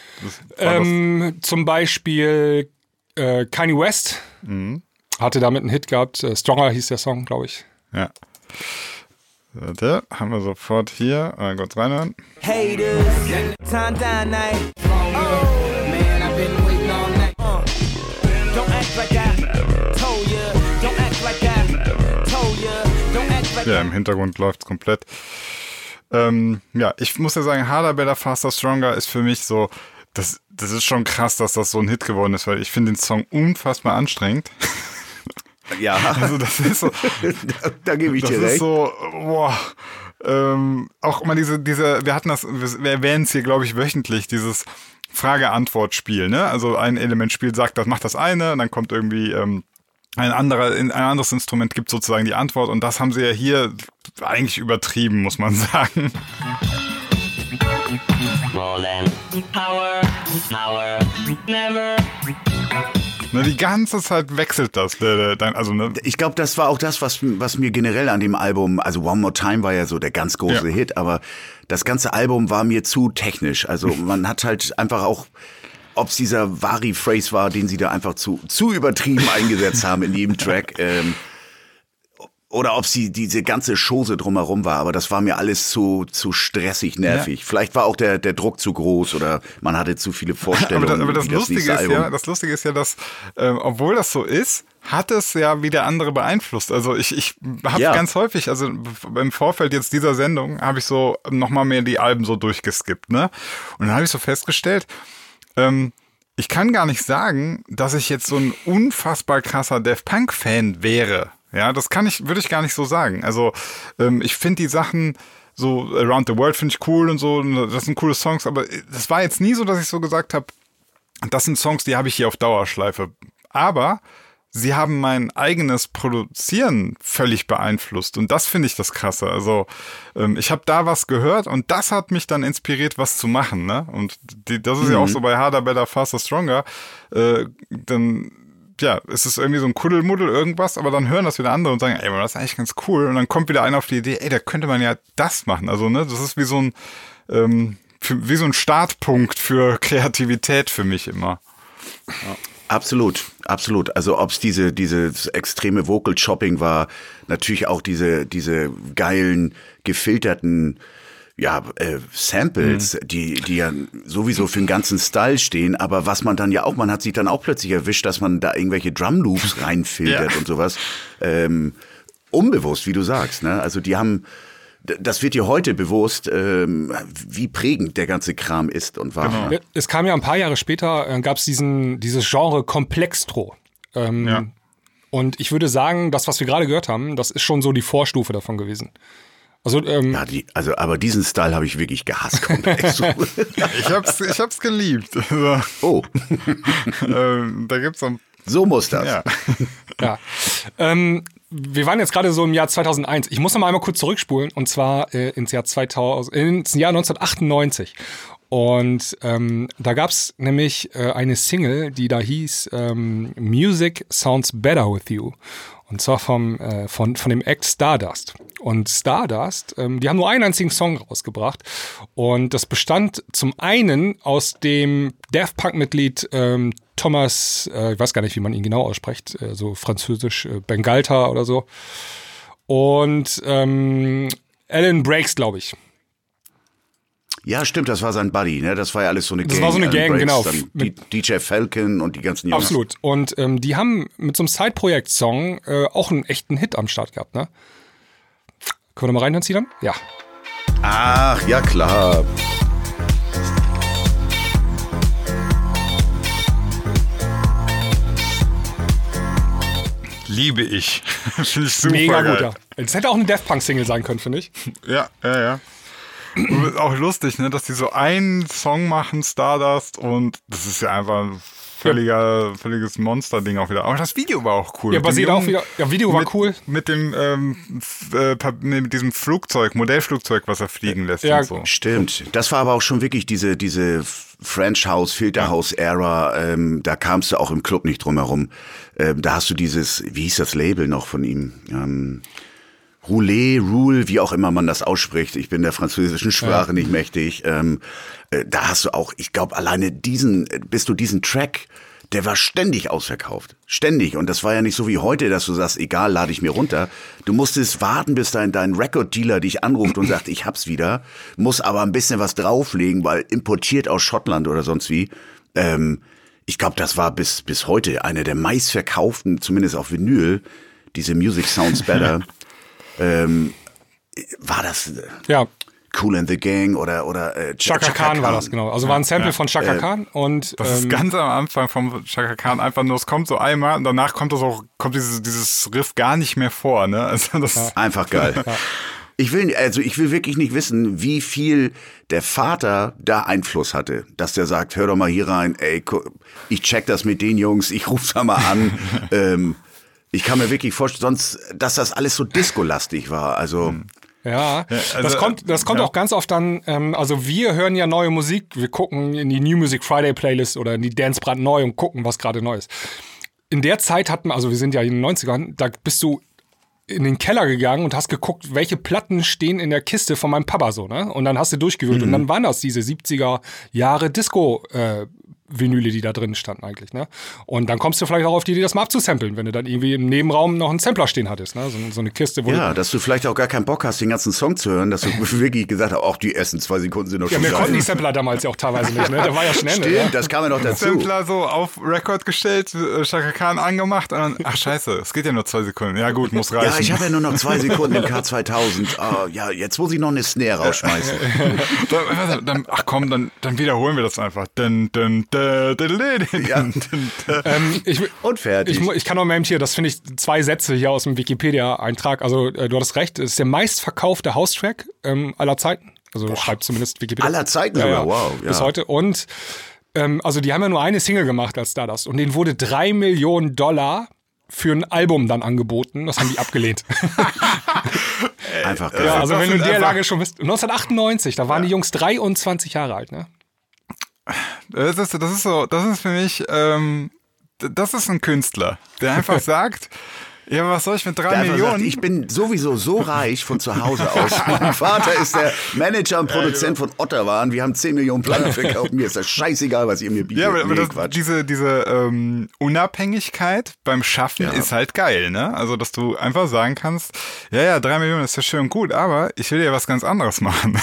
Zum Beispiel Kanye West hatte damit einen Hit gehabt. Stronger hieß der Song, glaube ich. Ja. Warte, haben wir sofort hier. Mal kurz reinhören. Haters, time down night. Oh, man, I've been waiting all night. Don't act like I told ya. Don't act like I told ya. Don't act like Ja, im Hintergrund läuft's komplett. Ja, ich muss ja sagen, Harder, Better, Faster, Stronger ist für mich so, das ist schon krass, dass das so ein Hit geworden ist, weil ich finde den Song unfassbar anstrengend. Ja, Also das ist so, da gebe ich das dir ist recht. so, boah, auch immer wir hatten das, wir erwähnen es hier, glaube ich, wöchentlich, dieses Frage-Antwort-Spiel, ne? Also ein Element spielt, sagt, das macht das eine, und dann kommt irgendwie ein anderes Instrument gibt sozusagen die Antwort, und das haben sie ja hier eigentlich übertrieben, muss man sagen. More than power, never. Ne, die ganze Zeit wechselt das. Also, ne? Ich glaube, das war auch das, was mir generell an dem Album, also One More Time war ja so der ganz große Hit, aber das ganze Album war mir zu technisch. Also man hat halt einfach auch, ob es dieser Vari-Phrase war, den sie da einfach zu übertrieben eingesetzt haben in jedem Track, oder ob sie diese ganze Chose drumherum war, aber das war mir alles zu stressig, nervig. Ja. Vielleicht war auch der Druck zu groß oder man hatte zu viele Vorstellungen. Aber das Lustige ist ja, dass obwohl das so ist, hat es ja wieder andere beeinflusst. Also ich habe ganz häufig, also im Vorfeld jetzt dieser Sendung, habe ich so nochmal mehr die Alben so durchgeskippt, ne? Und dann habe ich so festgestellt, ich kann gar nicht sagen, dass ich jetzt so ein unfassbar krasser Daft Punk-Fan wäre. Ja, würde ich gar nicht so sagen. Also ich finde die Sachen so Around the World finde ich cool und so, das sind coole Songs, aber das war jetzt nie so, dass ich so gesagt habe, das sind Songs, die habe ich hier auf Dauerschleife. Aber sie haben mein eigenes Produzieren völlig beeinflusst und das finde ich das Krasse. Also ich habe da was gehört und das hat mich dann inspiriert, was zu machen, ne? Und das ist ja auch so bei Harder, Better, Faster, Stronger. Dann es ist irgendwie so ein Kuddelmuddel irgendwas, aber dann hören das wieder andere und sagen, ey, das ist eigentlich ganz cool. Und dann kommt wieder einer auf die Idee, ey, da könnte man ja das machen. Also, ne, das ist wie so ein Startpunkt für Kreativität für mich immer. Ja. Absolut. Also ob es dieses extreme Vocal Chopping war, natürlich auch diese geilen, gefilterten Samples, die ja sowieso für den ganzen Style stehen, aber was man dann ja auch, man hat sich dann auch plötzlich erwischt, dass man da irgendwelche Drum Loops reinfiltert und sowas. Unbewusst, wie du sagst, ne? Also die haben, das wird dir heute bewusst, wie prägend der ganze Kram ist und war. Genau. Es kam ja ein paar Jahre später, gab es dieses Genre Komplextro. Und ich würde sagen, das, was wir gerade gehört haben, das ist schon so die Vorstufe davon gewesen. Also, aber diesen Style habe ich wirklich gehasst. Ich hab's geliebt. Also, oh. Da gibt's so muss das. Ja. Wir waren jetzt gerade so im Jahr 2001. Ich muss noch mal einmal kurz zurückspulen und zwar ins Jahr 1998. Und da gab's nämlich eine Single, die da hieß Music Sounds Better With You. Und zwar von dem Act Stardust. Und Stardust, die haben nur einen einzigen Song rausgebracht. Und das bestand zum einen aus dem Daft Punk-Mitglied Thomas, ich weiß gar nicht, wie man ihn genau ausspricht, so französisch, Bengalta oder so. Und Alan Brakes, glaube ich. Ja, stimmt, das war sein Buddy, ne? Das war ja alles so eine Gang. Das war so eine Gang, genau. DJ Falcon und die ganzen Jungs. Absolut. Und die haben mit so einem Side-Projekt-Song auch einen echten Hit am Start gehabt, ne? Können wir noch mal reinhören, Zidan? Ja. Ach, ja klar. Liebe ich. Finde ich super Mega geil. gut, ja. Das hätte auch eine Daft Punk-Single sein können, finde ich. Ja. Und auch lustig, ne, dass die so einen Song machen, Stardust, und das ist ja einfach völliges Monster-Ding auch wieder. Aber das Video war auch cool. Ja, basiert auch wieder. Ja, Video war cool. Mit diesem Flugzeug, Modellflugzeug, was er fliegen lässt Ja, und so. Stimmt. Das war aber auch schon wirklich diese French House, Filter House Era. Da kamst du auch im Club nicht drum herum. Da hast du dieses, wie hieß das Label noch von ihm? Rule, wie auch immer man das ausspricht. Ich bin der französischen Sprache nicht mächtig. Da hast du auch, ich glaube, alleine diesen Track, der war ständig ausverkauft. Ständig. Und das war ja nicht so wie heute, dass du sagst, egal, lade ich mir runter. Du musstest warten, bis dein Record-Dealer dich anruft und sagt, ich hab's wieder. Muss aber ein bisschen was drauflegen, weil importiert aus Schottland oder sonst wie. Ich glaube, das war bis heute einer der meistverkauften, zumindest auf Vinyl, diese Music Sounds Better. War das Kool and the Gang oder Chaka Khan war das, genau. Also war ein Sample von Chaka Khan und das ist ganz am Anfang vom Chaka Khan einfach nur, es kommt so einmal und danach kommt dieses Riff gar nicht mehr vor, ne? Also das ist einfach geil. Ja. Ich will wirklich nicht wissen, wie viel der Vater da Einfluss hatte, dass der sagt, hör doch mal hier rein, ey, ich check das mit den Jungs, ich ruf's da mal an. Ich kann mir wirklich vorstellen, dass das alles so disco-lastig war. Also ja, also, das kommt auch ganz oft dann, also wir hören ja neue Musik, wir gucken in die New Music Friday Playlist oder in die Dance brandneu und gucken, was gerade neu ist. In der Zeit also wir sind ja in den 90ern, da bist du in den Keller gegangen und hast geguckt, welche Platten stehen in der Kiste von meinem Papa so, ne? Und dann hast du durchgewühlt und dann waren das diese 70er Jahre Disco Vinyle, die da drin standen eigentlich, ne? Und dann kommst du vielleicht auch auf die Idee, das mal abzusamplen, wenn du dann irgendwie im Nebenraum noch einen Sampler stehen hattest, ne? So eine Kiste, wo dass du vielleicht auch gar keinen Bock hast, den ganzen Song zu hören, dass du wirklich gesagt hast, auch die ersten 2 Sekunden sind noch schon geil. Ja, wir konnten die Sampler damals ja auch teilweise nicht, ne? Der war ja schnell. Stimmt, ne? Das kam ja noch dazu. Sampler so auf Record gestellt, Chaka Khan angemacht und dann, ach scheiße, es geht ja nur 2 Sekunden. Ja gut, muss reichen. Ja, ich habe ja nur noch 2 Sekunden im K2000. Oh, ja, jetzt muss ich noch eine Snare rausschmeißen. Dann wiederholen wir das einfach. Ja. Und fertig. Ich kann noch mal eben hier, das finde ich 2 Sätze hier aus dem Wikipedia-Eintrag. Also du hattest recht, es ist der meistverkaufte House-Track aller Zeiten. Also schreibt zumindest Wikipedia. Aller Zeiten sogar, wow. Ja. Bis heute. Und also die haben ja nur eine Single gemacht als Stardust. Und denen wurde $3 Millionen für ein Album dann angeboten. Das haben die abgelehnt. Einfach. Ja, also wenn du in der Lage schon bist. 1998, da waren die Jungs 23 Jahre alt, ne? Das ist für mich, das ist ein Künstler, der einfach sagt, ja, was soll ich mit 3 Millionen? Sagt, ich bin sowieso so reich von zu Hause aus. Mein Vater ist der Manager und Produzent von Ottawa und wir haben 10 Millionen Platten verkauft. Mir ist das scheißeigeil, was ihr mir bietet. Ja, aber diese Unabhängigkeit beim Schaffen ist halt geil, ne? Also, dass du einfach sagen kannst, ja, 3 Millionen ist ja schön und gut, aber ich will ja was ganz anderes machen.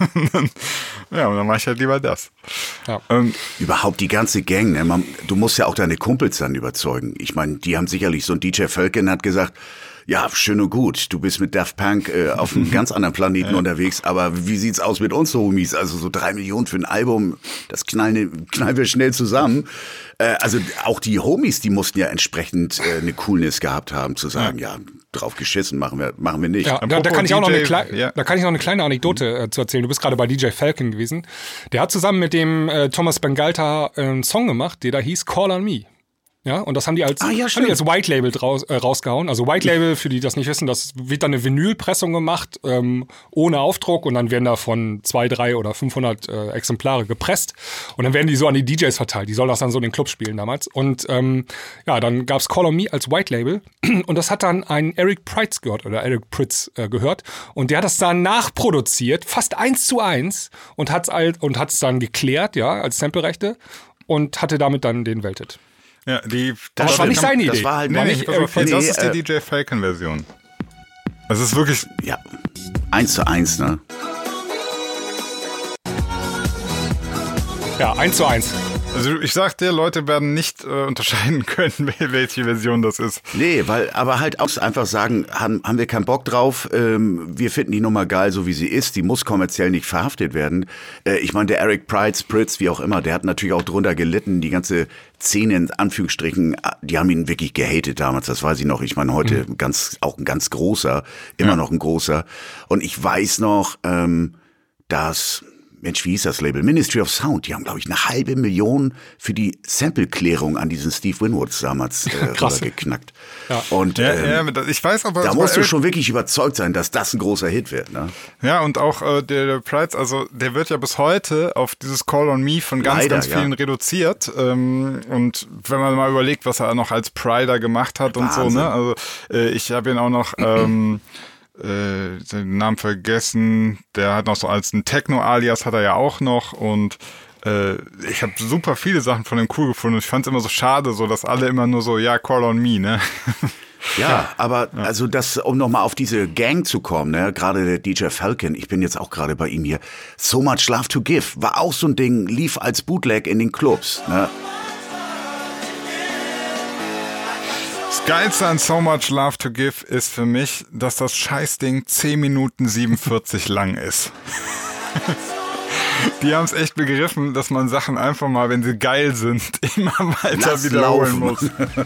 Ja, und dann mache ich halt lieber das. Ja. Überhaupt die ganze Gang, ne? Du musst ja auch deine Kumpels dann überzeugen. Ich meine, die haben sicherlich so ein DJ Falcon hat gesagt, ja, schön und gut, du bist mit Daft Punk auf einem ganz anderen Planeten unterwegs, aber wie sieht's aus mit uns Homies? Also so 3 Millionen für ein Album, das knallen wir schnell zusammen. Also auch die Homies, die mussten ja entsprechend eine Coolness gehabt haben, zu sagen, ja, drauf geschissen, machen wir nicht. Ja, da kann ich auch noch eine kleine Anekdote zu erzählen. Du bist gerade bei DJ Falcon gewesen. Der hat zusammen mit dem Thomas Bangalter einen Song gemacht, der da hieß Call on Me. Ja, und das haben die als White Label rausgehauen. Also White Label, für die das nicht wissen, das wird dann eine Vinylpressung gemacht, ohne Aufdruck und dann werden davon 200, 300 oder 500 Exemplare gepresst und dann werden die so an die DJs verteilt. Die sollen das dann so in den Clubs spielen damals. Und dann gab's Call on Me als White Label und das hat dann ein Eric Prydz gehört und der hat das dann nachproduziert, fast 1:1 und hat's dann geklärt, ja, als Samplerechte und hatte damit dann den Welthit. Ja, das war nicht seine Idee. Das war halt das ist die DJ Falcon-Version. Das ist wirklich... Ja, 1:1, ne? Ja, 1:1. Also ich sag dir, Leute werden nicht unterscheiden können, welche Version das ist. Nee, aber halt auch einfach sagen, haben wir keinen Bock drauf, wir finden die Nummer geil, so wie sie ist, die muss kommerziell nicht verhaftet werden. Ich meine, der Eric Prydz, wie auch immer, der hat natürlich auch drunter gelitten, die ganze Szene in Anführungsstrichen, die haben ihn wirklich gehatet damals, das weiß ich noch. Ich meine, heute auch ein ganz großer, immer noch ein großer. Und ich weiß noch, dass Mensch, wie hieß das Label? Ministry of Sound. Die haben, glaube ich, 500.000 für die Sample-Klärung an diesen Steve Winwoods damals geknackt. Ja. Und ich weiß aber, da musst du schon wirklich überzeugt sein, dass das ein großer Hit wird. Ne? Ja, und auch der Price, also der wird ja bis heute auf dieses Call on Me von ganz vielen reduziert. Und wenn man mal überlegt, was er noch als Pryda gemacht hat und so, ne? Also ich habe ihn auch noch den Namen vergessen, der hat noch so als ein Techno-Alias hat er ja auch noch und ich habe super viele Sachen von dem cool gefunden und ich fand es immer so schade, so dass alle immer nur so, ja, Call on Me, ne? Ja, aber also das, um nochmal auf diese Gang zu kommen, ne, gerade der DJ Falcon, ich bin jetzt auch gerade bei ihm hier, So Much Love to Give, war auch so ein Ding, lief als Bootleg in den Clubs, ne? Das Geilste an So Much Love to Give ist für mich, dass das Scheißding 10 Minuten 47 lang ist. Die haben es echt begriffen, dass man Sachen einfach mal, wenn sie geil sind, immer weiter wiederholen muss.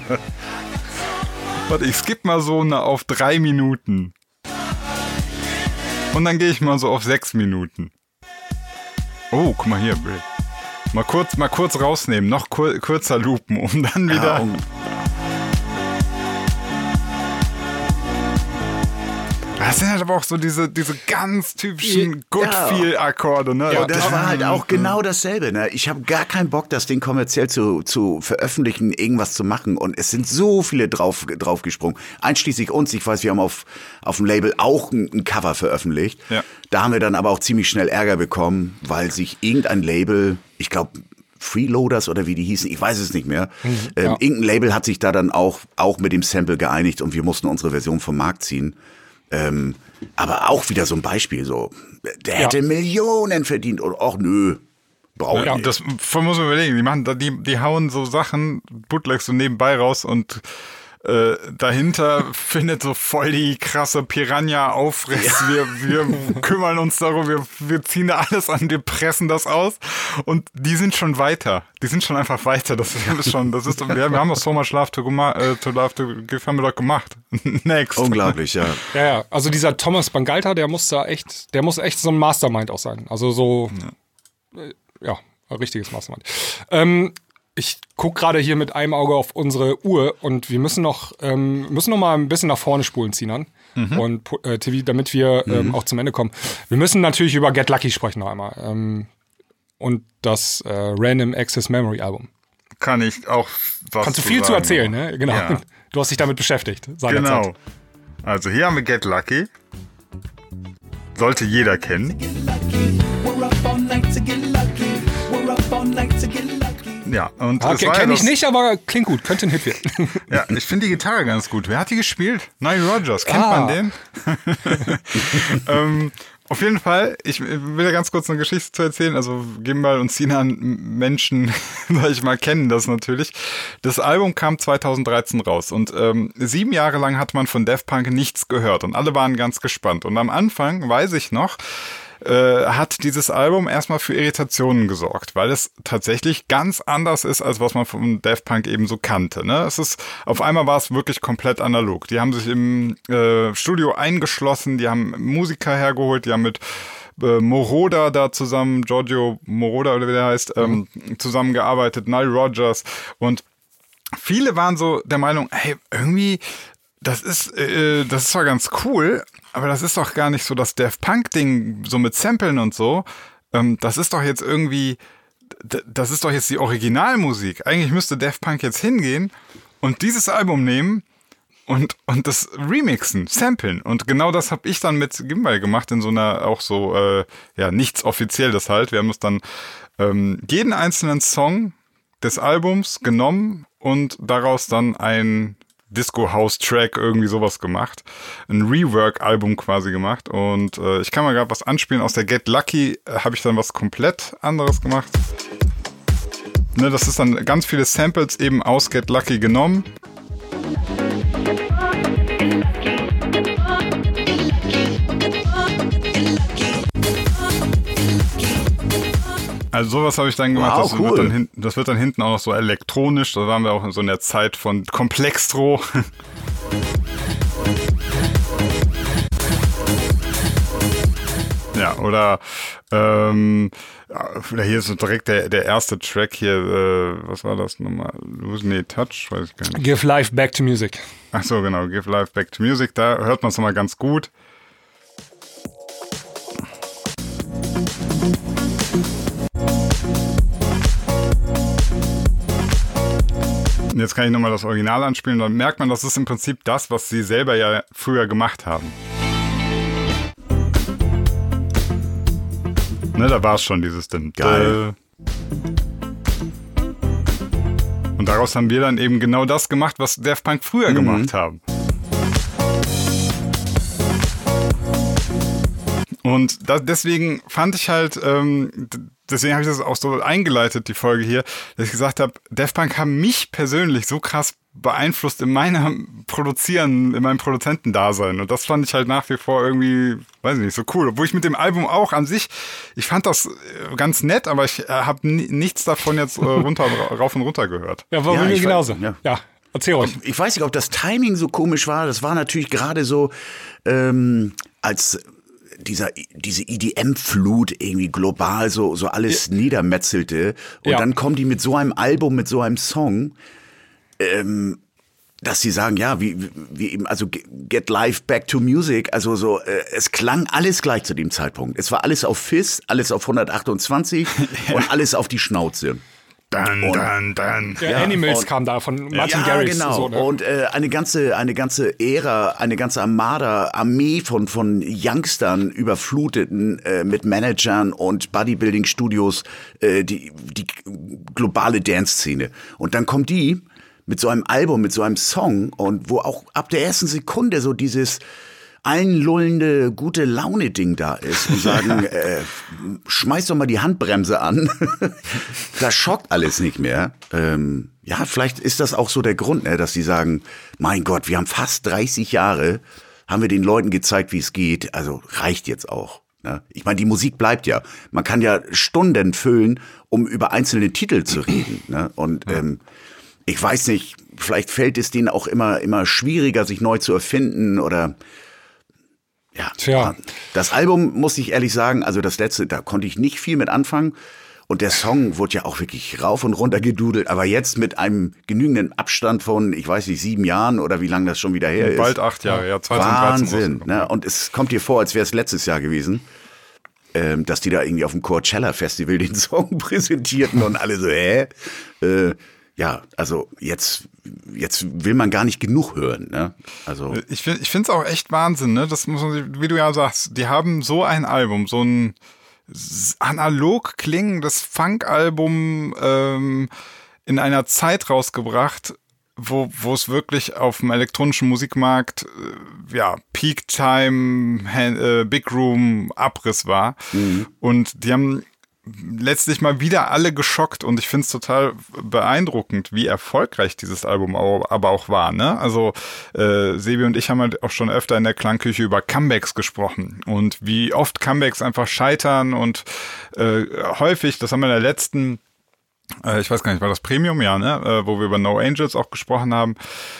Warte, ich skippe mal so auf 3 Minuten. Und dann gehe ich mal so auf 6 Minuten. Oh, guck mal hier, Bill. Mal kurz rausnehmen, noch kürzer loopen, um dann wieder... Ja, das sind halt aber auch so diese ganz typischen Good-Feel-Akkorde, ne? Ja, das war halt auch genau dasselbe, ne? Ich habe gar keinen Bock, das Ding kommerziell zu veröffentlichen, irgendwas zu machen. Und es sind so viele draufgesprungen. Einschließlich uns. Ich weiß, wir haben auf dem Label auch ein Cover veröffentlicht. Ja. Da haben wir dann aber auch ziemlich schnell Ärger bekommen, weil sich irgendein Label, ich glaube, Freeloaders oder wie die hießen, ich weiß es nicht mehr. Irgendein Label hat sich da dann auch mit dem Sample geeinigt und wir mussten unsere Version vom Markt ziehen. Aber auch wieder so ein Beispiel, so, der hätte Millionen verdient und auch nö, braucht nicht. Das muss man überlegen, die hauen so Sachen, Bootlegs so nebenbei raus und dahinter findet so voll die krasse Piranha-Aufriss. Ja. Wir kümmern uns darum, wir ziehen da alles an, wir pressen das aus und die sind schon weiter. Die sind schon einfach weiter. Wir haben doch So Much Love to Give haben wir doch gemacht. Next. Unglaublich, ja. Ja, also dieser Thomas Bangalter, der muss echt so ein Mastermind auch sein. Also so, ein richtiges Mastermind. Ich gucke gerade hier mit einem Auge auf unsere Uhr und wir müssen noch mal ein bisschen nach vorne spulen, Sinan und TV, damit wir auch zum Ende kommen. Wir müssen natürlich über Get Lucky sprechen noch einmal und das Random Access Memory Album. Kann ich auch was Kannst du viel zu erzählen, ne? Genau. Ja. Du hast dich damit beschäftigt. Genau. Also hier haben wir Get Lucky. Sollte jeder kennen. Ja, und kenne ich nicht, aber klingt gut, könnte ein Hit werden. Ja, ich finde die Gitarre ganz gut. Wer hat die gespielt? Nile Rodgers, kennt man den? Auf jeden Fall, ich will ja ganz kurz eine Geschichte zu erzählen. Also Gimbal und Sinan, Menschen, sag ich mal, kennen das natürlich. Das Album kam 2013 raus und 7 Jahre lang hat man von Daft Punk nichts gehört und alle waren ganz gespannt. Und am Anfang, weiß ich noch, hat dieses Album erstmal für Irritationen gesorgt, weil es tatsächlich ganz anders ist, als was man von Daft Punk eben so kannte. Ne? Auf einmal war es wirklich komplett analog. Die haben sich im Studio eingeschlossen, die haben Musiker hergeholt, die haben mit Moroder da zusammen, Giorgio Moroder oder wie der heißt, zusammengearbeitet, Nile Rodgers und viele waren so der Meinung, hey, irgendwie das ist zwar ganz cool, aber das ist doch gar nicht so das Daft Punk-Ding, so mit Samplen und so. Das ist doch jetzt irgendwie, das ist doch jetzt die Originalmusik. Eigentlich müsste Daft Punk jetzt hingehen und dieses Album nehmen und das remixen, samplen. Und genau das habe ich dann mit Gimbal gemacht, in so einer auch so, nichts Offizielles halt. Wir haben uns dann jeden einzelnen Song des Albums genommen und daraus dann ein Disco-House-Track, irgendwie sowas gemacht. Ein Rework-Album quasi gemacht. Und ich kann mal gerade was anspielen. Aus der Get Lucky habe ich dann was komplett anderes gemacht. Ne, das ist dann ganz viele Samples eben aus Get Lucky genommen. Also sowas habe ich dann gemacht, wow, cool. Das wird dann hinten auch noch so elektronisch, da waren wir auch so in der Zeit von Komplextro. Ja, oder hier ist so direkt der erste Track hier, was war das nochmal? Lose Me Touch, weiß ich gar nicht. Give Life Back to Music. Ach so, genau, Give Life Back to Music, da hört man es nochmal ganz gut. Und jetzt kann ich nochmal das Original anspielen, dann merkt man, das ist im Prinzip das, was sie selber ja früher gemacht haben. Ne, da war es schon, dieses Ding. Geil. Und daraus haben wir dann eben genau das gemacht, was Daft Punk früher gemacht haben. Und deswegen fand ich halt, deswegen habe ich das auch so eingeleitet, die Folge hier, dass ich gesagt habe, Daft Punk haben mich persönlich so krass beeinflusst in meinem Produzieren, in meinem Produzentendasein. Und das fand ich halt nach wie vor irgendwie, weiß ich nicht, so cool. Obwohl ich mit dem Album auch an sich, ich fand das ganz nett, aber ich habe nichts davon jetzt rauf und runter gehört. Ja, war bei mir genauso. Ja, erzähl euch. Ich weiß nicht, ob das Timing so komisch war. Das war natürlich gerade so, als diese EDM-Flut irgendwie global so alles niedermetzelte. Und dann kommen die mit so einem Album, mit so einem Song, dass sie sagen, ja, wie eben, also Get Life Back to Music, also so, es klang alles gleich zu dem Zeitpunkt. Es war alles auf Fizz, alles auf 128 und alles auf die Schnauze. Dann. Der Animals kam da von Martin Garrix. Genau. So, ne? Und eine ganze Ära, eine ganze Armee von Youngstern überfluteten mit Managern und Bodybuilding-Studios die globale Dance-Szene. Und dann kommt die mit so einem Album, mit so einem Song und wo auch ab der ersten Sekunde so dieses einlullende, gute Laune-Ding da ist und sagen, schmeiß doch mal die Handbremse an. Das schockt alles nicht mehr. Ja, vielleicht ist das auch so der Grund, ne, dass sie sagen, mein Gott, wir haben fast 30 Jahre, haben wir den Leuten gezeigt, wie es geht. Also reicht jetzt auch. Ne? Ich meine, die Musik bleibt ja. Man kann ja Stunden füllen, um über einzelne Titel zu reden. Ne? Und ich weiß nicht, vielleicht fällt es denen auch immer schwieriger, sich neu zu erfinden oder ja. Tja. Das Album, muss ich ehrlich sagen, also das letzte, da konnte ich nicht viel mit anfangen. Und der Song wurde ja auch wirklich rauf und runter gedudelt. Aber jetzt mit einem genügenden Abstand von, ich weiß nicht, 7 Jahren oder wie lange das schon wieder her ist. Bald 8 Jahre, ja, 2013. Wahnsinn. Ne? Und es kommt dir vor, als wäre es letztes Jahr gewesen, dass die da irgendwie auf dem Coachella Festival den Song präsentierten und alle so, ja, also jetzt will man gar nicht genug hören. Ne? Also ich finde es auch echt Wahnsinn, ne? Das muss man, wie du ja sagst, die haben so ein Album, so ein analog klingendes Funk-Album in einer Zeit rausgebracht, wo es wirklich auf dem elektronischen Musikmarkt Peak Time, Big Room Abriss war. Und die haben letztlich mal wieder alle geschockt und ich finde es total beeindruckend, wie erfolgreich dieses Album aber auch war. Ne? Also Sebi und ich haben halt auch schon öfter in der Klangküche über Comebacks gesprochen und wie oft Comebacks einfach scheitern und häufig, das haben wir in der letzten, ich weiß gar nicht, war das Premium? Ja, ne? Wo wir über No Angels auch gesprochen haben,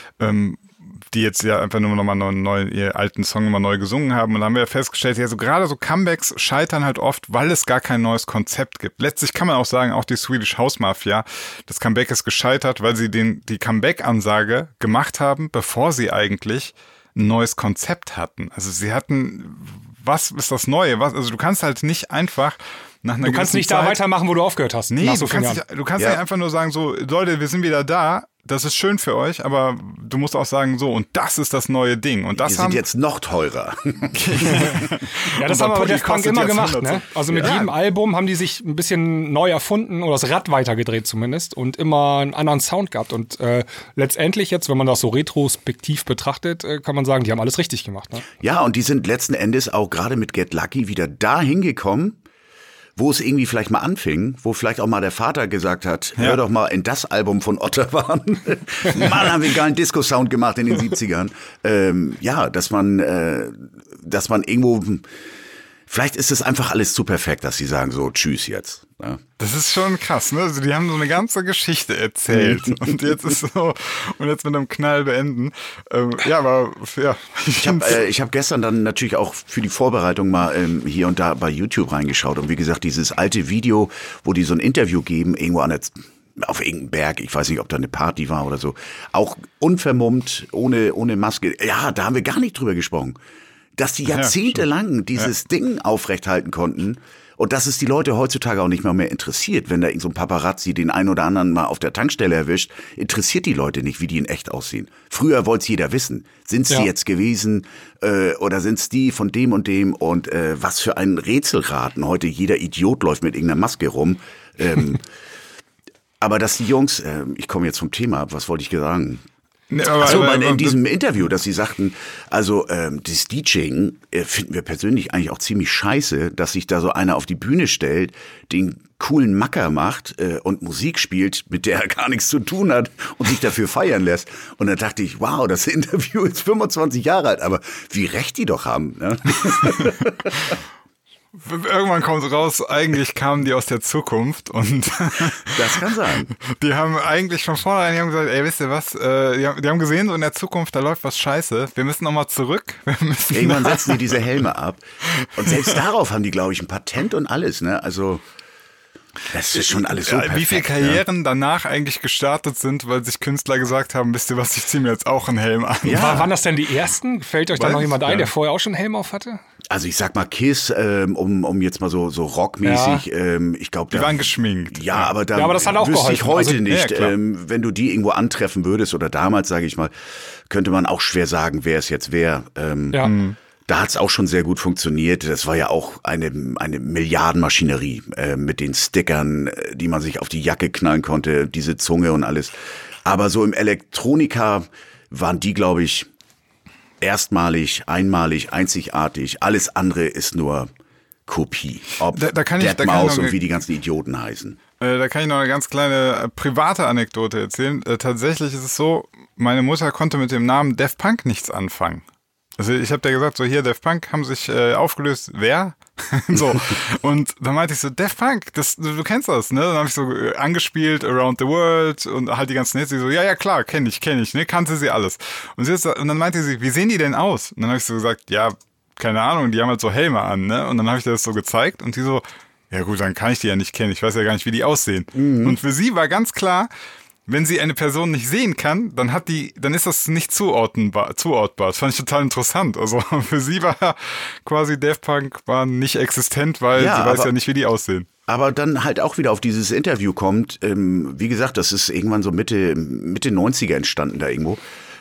die jetzt ja einfach nur nochmal ihren alten Song immer neu gesungen haben. Und da haben wir ja festgestellt, ja, so gerade so Comebacks scheitern halt oft, weil es gar kein neues Konzept gibt. Letztlich kann man auch sagen, auch die Swedish House Mafia, das Comeback ist gescheitert, weil sie die Comeback-Ansage gemacht haben, bevor sie eigentlich ein neues Konzept hatten. Also sie hatten, was ist das Neue? Also du kannst halt nicht einfach nach einer Du kannst nicht da weitermachen, wo du aufgehört hast. Nee, du kannst nicht einfach nur sagen, so, Leute, wir sind wieder da, das ist schön für euch, aber du musst auch sagen, so, und das ist das neue Ding. Und das wir sind jetzt noch teurer. Ja, das haben aber Daft Punk immer gemacht, ne? Also mit jedem Album haben die sich ein bisschen neu erfunden oder das Rad weitergedreht zumindest und immer einen anderen Sound gehabt. Und letztendlich jetzt, wenn man das so retrospektiv betrachtet, kann man sagen, die haben alles richtig gemacht. Ne? Ja, und die sind letzten Endes auch gerade mit Get Lucky wieder da hingekommen, wo es irgendwie vielleicht mal anfing, wo vielleicht auch mal der Vater gesagt hat, hör doch mal in das Album von Otterwan. Mann, haben wir einen geilen Disco-Sound gemacht in den 70ern. Ja, dass man irgendwo Vielleicht ist es einfach alles zu perfekt, dass sie sagen so, tschüss jetzt. Ja. Das ist schon krass, ne? Also die haben so eine ganze Geschichte erzählt und jetzt ist so, und jetzt mit einem Knall beenden. Ja, aber ja. Ich hab gestern dann natürlich auch für die Vorbereitung mal hier und da bei YouTube reingeschaut und wie gesagt, dieses alte Video, wo die so ein Interview geben, irgendwo auf irgendeinem Berg, ich weiß nicht, ob da eine Party war oder so, auch unvermummt, ohne Maske. Ja, da haben wir gar nicht drüber gesprochen. Dass die jahrzehntelang dieses Ding aufrechthalten konnten und dass es die Leute heutzutage auch nicht mehr interessiert, wenn da irgend so ein Paparazzi den einen oder anderen mal auf der Tankstelle erwischt, interessiert die Leute nicht, wie die in echt aussehen. Früher wollte es jeder wissen. Sind es die jetzt gewesen oder sind es die von dem und dem und was für ein Rätselraten. Heute jeder Idiot läuft mit irgendeiner Maske rum. Aber dass die Jungs, ich komme jetzt vom Thema ab, was wollte ich sagen? In diesem Interview, dass sie sagten, also das DJing finden wir persönlich eigentlich auch ziemlich scheiße, dass sich da so einer auf die Bühne stellt, den coolen Macker macht und Musik spielt, mit der er gar nichts zu tun hat und sich dafür feiern lässt. Und da dachte ich, wow, das Interview ist 25 Jahre alt, aber wie recht die doch haben. Ne? Irgendwann kommt raus, eigentlich kamen die aus der Zukunft und das kann sein. Die haben eigentlich von vornherein, die haben gesagt, ey, wisst ihr was, die haben gesehen, so in der Zukunft, da läuft was scheiße, wir müssen nochmal zurück. Irgendwann setzen die diese Helme ab und selbst darauf haben die, glaube ich, ein Patent und alles, ne, also das ist schon alles so perfekt. Wie viele Karrieren danach eigentlich gestartet sind, weil sich Künstler gesagt haben, wisst ihr was, ich ziehe mir jetzt auch einen Helm an. Ja. Waren das denn die ersten? Fällt euch da noch jemand ein, der vorher auch schon einen Helm auf hatte? Also ich sag mal Kiss, um jetzt mal so rockmäßig, ich glaube, die waren geschminkt. Ja, aber da aber das hat auch wüsste ich heute also, nicht, wenn du die irgendwo antreffen würdest oder damals, sage ich mal, könnte man auch schwer sagen, wer es jetzt wäre. Da hat es auch schon sehr gut funktioniert. Das war ja auch eine Milliardenmaschinerie mit den Stickern, die man sich auf die Jacke knallen konnte, diese Zunge und alles. Aber so im Elektronika waren die, glaube ich, erstmalig, einmalig, einzigartig. Alles andere ist nur Kopie. Ob Deadmau5 und wie die ganzen Idioten heißen. Da kann ich noch eine ganz kleine private Anekdote erzählen. Tatsächlich ist es so, meine Mutter konnte mit dem Namen Daft Punk nichts anfangen. Also ich habe dir gesagt, so hier, Daft Punk haben sich aufgelöst, wer? So. Und dann meinte ich so, Daft Punk, du kennst das, ne? Dann habe ich so angespielt, Around the World und halt die ganzen Hits. Sie so, ja klar, kenn ich, ne? Kannte sie alles. Und dann meinte sie, wie sehen die denn aus? Und dann habe ich so gesagt, ja, keine Ahnung, die haben halt so Helme an, ne? Und dann habe ich dir das so gezeigt und die so, ja gut, dann kann ich die ja nicht kennen, ich weiß ja gar nicht, wie die aussehen. Mhm. Und für sie war ganz klar, wenn sie eine Person nicht sehen kann, dann ist das nicht zuortbar. Das fand ich total interessant. Also für sie war quasi Daft Punk war nicht existent, weil sie weiß ja nicht, wie die aussehen. Aber dann halt auch wieder auf dieses Interview kommt, wie gesagt, das ist irgendwann so Mitte 90er entstanden da irgendwo.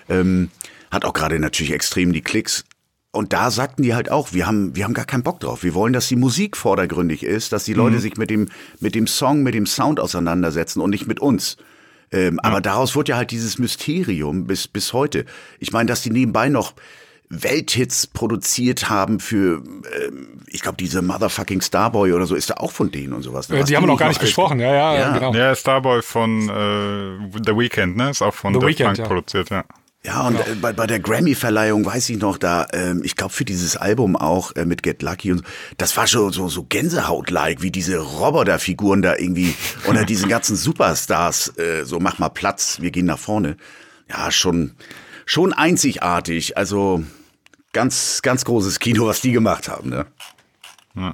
Hat auch gerade natürlich extrem die Klicks. Und da sagten die halt auch, wir haben gar keinen Bock drauf. Wir wollen, dass die Musik vordergründig ist, dass die Leute sich mit dem Song, mit dem Sound auseinandersetzen und nicht mit uns. Aber daraus wurde ja halt dieses Mysterium bis heute. Ich meine, dass die nebenbei noch Welthits produziert haben für, ich glaube, diese Motherfucking Starboy oder so, ist da auch von denen und sowas. Die haben wir noch gar nicht besprochen, ja, genau. Ja, Starboy von The Weeknd, ne? Ist auch von Daft Punk produziert, ja. Ja, und bei der Grammy-Verleihung weiß ich noch, da, ich glaube für dieses Album auch mit Get Lucky und so, das war schon so Gänsehaut-like, wie diese Roboterfiguren da irgendwie oder diese ganzen Superstars, so mach mal Platz, wir gehen nach vorne. Ja, schon einzigartig, also ganz, ganz großes Kino, was die gemacht haben, ne? Ja.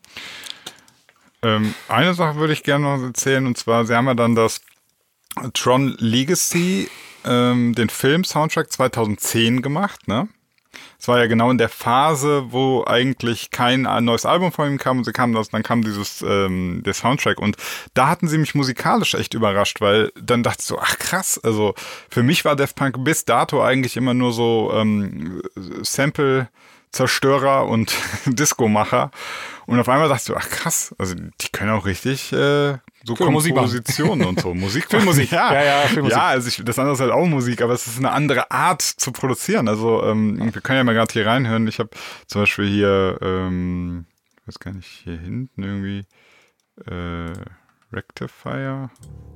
Eine Sache würde ich gerne noch erzählen, und zwar, sie haben ja dann das Tron Legacy, den Film-Soundtrack 2010 gemacht, ne? Es war ja genau in der Phase, wo eigentlich kein neues Album von ihm kam und dann kam der Soundtrack, und da hatten sie mich musikalisch echt überrascht, weil dann dachte ich so, ach krass, also für mich war Daft Punk bis dato eigentlich immer nur so Sample-Zerstörer und Disco-Macher, und auf einmal dachte ich so, ach krass, also die können auch richtig so Kompositionen und so. Filmmusik. Ja, Filmmusik. Ja, also das andere ist halt auch Musik, aber es ist eine andere Art zu produzieren. Also wir können ja mal gerade hier reinhören. Ich habe zum Beispiel hier, ich weiß gar nicht, hier hinten irgendwie Rectifier.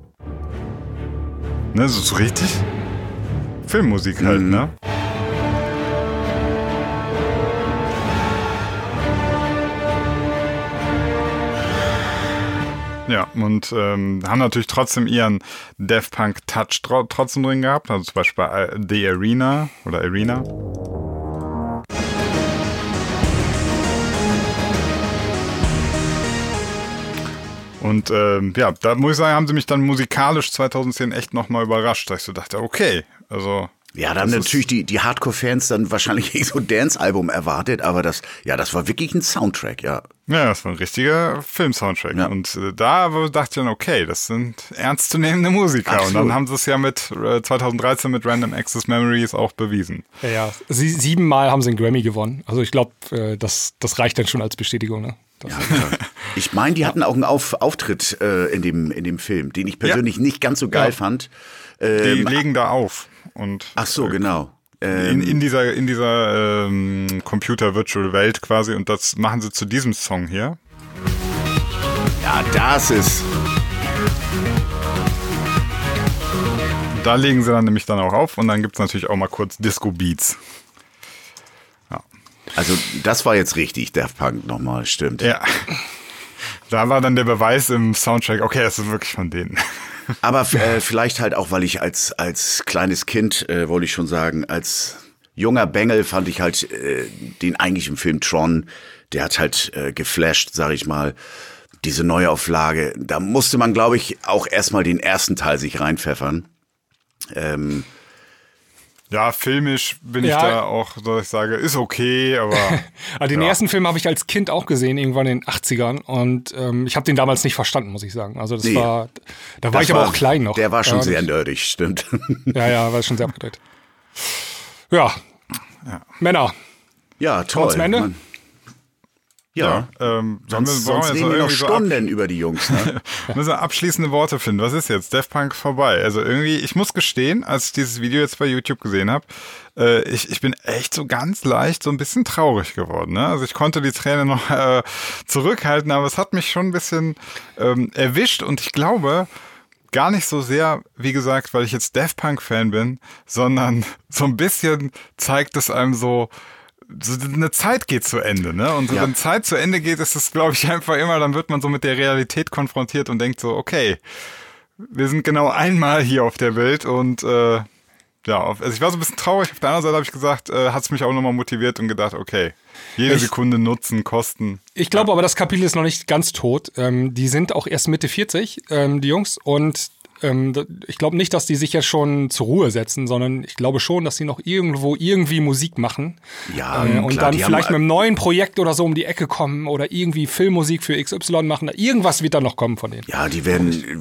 Ne, so richtig Filmmusik halt, ne? Ja, und haben natürlich trotzdem ihren Daft Punk Touch trotzdem drin gehabt, also zum Beispiel bei The Arena oder Arena. Und ja, da muss ich sagen, haben sie mich dann musikalisch 2010 echt nochmal überrascht, dass ich so dachte, okay, also... Ja, da haben natürlich die Hardcore-Fans dann wahrscheinlich so ein Dance-Album erwartet, aber das war wirklich ein Soundtrack, ja. Ja, das war ein richtiger Film-Soundtrack. Ja. Und da dachte ich dann, okay, das sind ernstzunehmende Musiker. Absolut. Und dann haben sie es ja mit 2013 mit Random Access Memories auch bewiesen. Ja, 7 Mal haben sie einen Grammy gewonnen. Also ich glaube, das reicht dann schon als Bestätigung, ne? Ja, ich meine, die hatten auch einen Auftritt in dem Film, den ich persönlich nicht ganz so geil fand. Die legen da auf. Und, ach so, genau. In dieser Computer-Virtual-Welt quasi. Und das machen sie zu diesem Song hier. Ja, das ist... Da legen sie dann nämlich dann auch auf. Und dann gibt es natürlich auch mal kurz Disco-Beats. Ja. Also das war jetzt richtig, Daft Punk nochmal, stimmt. Ja. Da war dann der Beweis im Soundtrack, okay, das ist wirklich von denen. Aber vielleicht halt auch, weil ich als kleines Kind, wollte ich schon sagen, als junger Bengel fand ich halt den eigentlichen Film Tron, der hat halt geflasht, sag ich mal, diese Neuauflage. Da musste man, glaube ich, auch erstmal den ersten Teil sich reinpfeffern. Ja, filmisch bin ich da auch, dass ich sage, ist okay, aber... Also den ersten Film habe ich als Kind auch gesehen, irgendwann in den 80ern. Und ich habe den damals nicht verstanden, muss ich sagen. Also da war ich aber auch klein noch. Der war schon sehr nerdig, stimmt. Ja, war schon sehr abgedreht. Ja. Männer. Ja, toll. Zum Ende? Sonst reden wir noch Stunden über die Jungs. Ne? Müssen wir abschließende Worte finden. Was ist jetzt? Daft Punk vorbei. Also irgendwie, ich muss gestehen, als ich dieses Video jetzt bei YouTube gesehen habe, ich bin echt so ganz leicht so ein bisschen traurig geworden. Ne? Also ich konnte die Tränen noch zurückhalten, aber es hat mich schon ein bisschen erwischt und ich glaube, gar nicht so sehr, wie gesagt, weil ich jetzt Daft Punk-Fan bin, sondern so ein bisschen zeigt es einem so eine Zeit geht zu Ende, ne? Und wenn Zeit zu Ende geht, ist es, glaube ich, einfach immer, dann wird man so mit der Realität konfrontiert und denkt so, okay, wir sind genau einmal hier auf der Welt und also ich war so ein bisschen traurig. Auf der anderen Seite habe ich gesagt, hat es mich auch nochmal motiviert und gedacht, okay, jede Sekunde nutzen, kosten. Ich glaube aber, das Kapitel ist noch nicht ganz tot. Die sind auch erst Mitte 40, die Jungs, und ich glaube nicht, dass die sich ja schon zur Ruhe setzen, sondern ich glaube schon, dass sie noch irgendwie Musik machen. Ja, und klar, dann vielleicht mit einem neuen Projekt oder so um die Ecke kommen oder irgendwie Filmmusik für XY machen. Irgendwas wird dann noch kommen von denen. Ja, die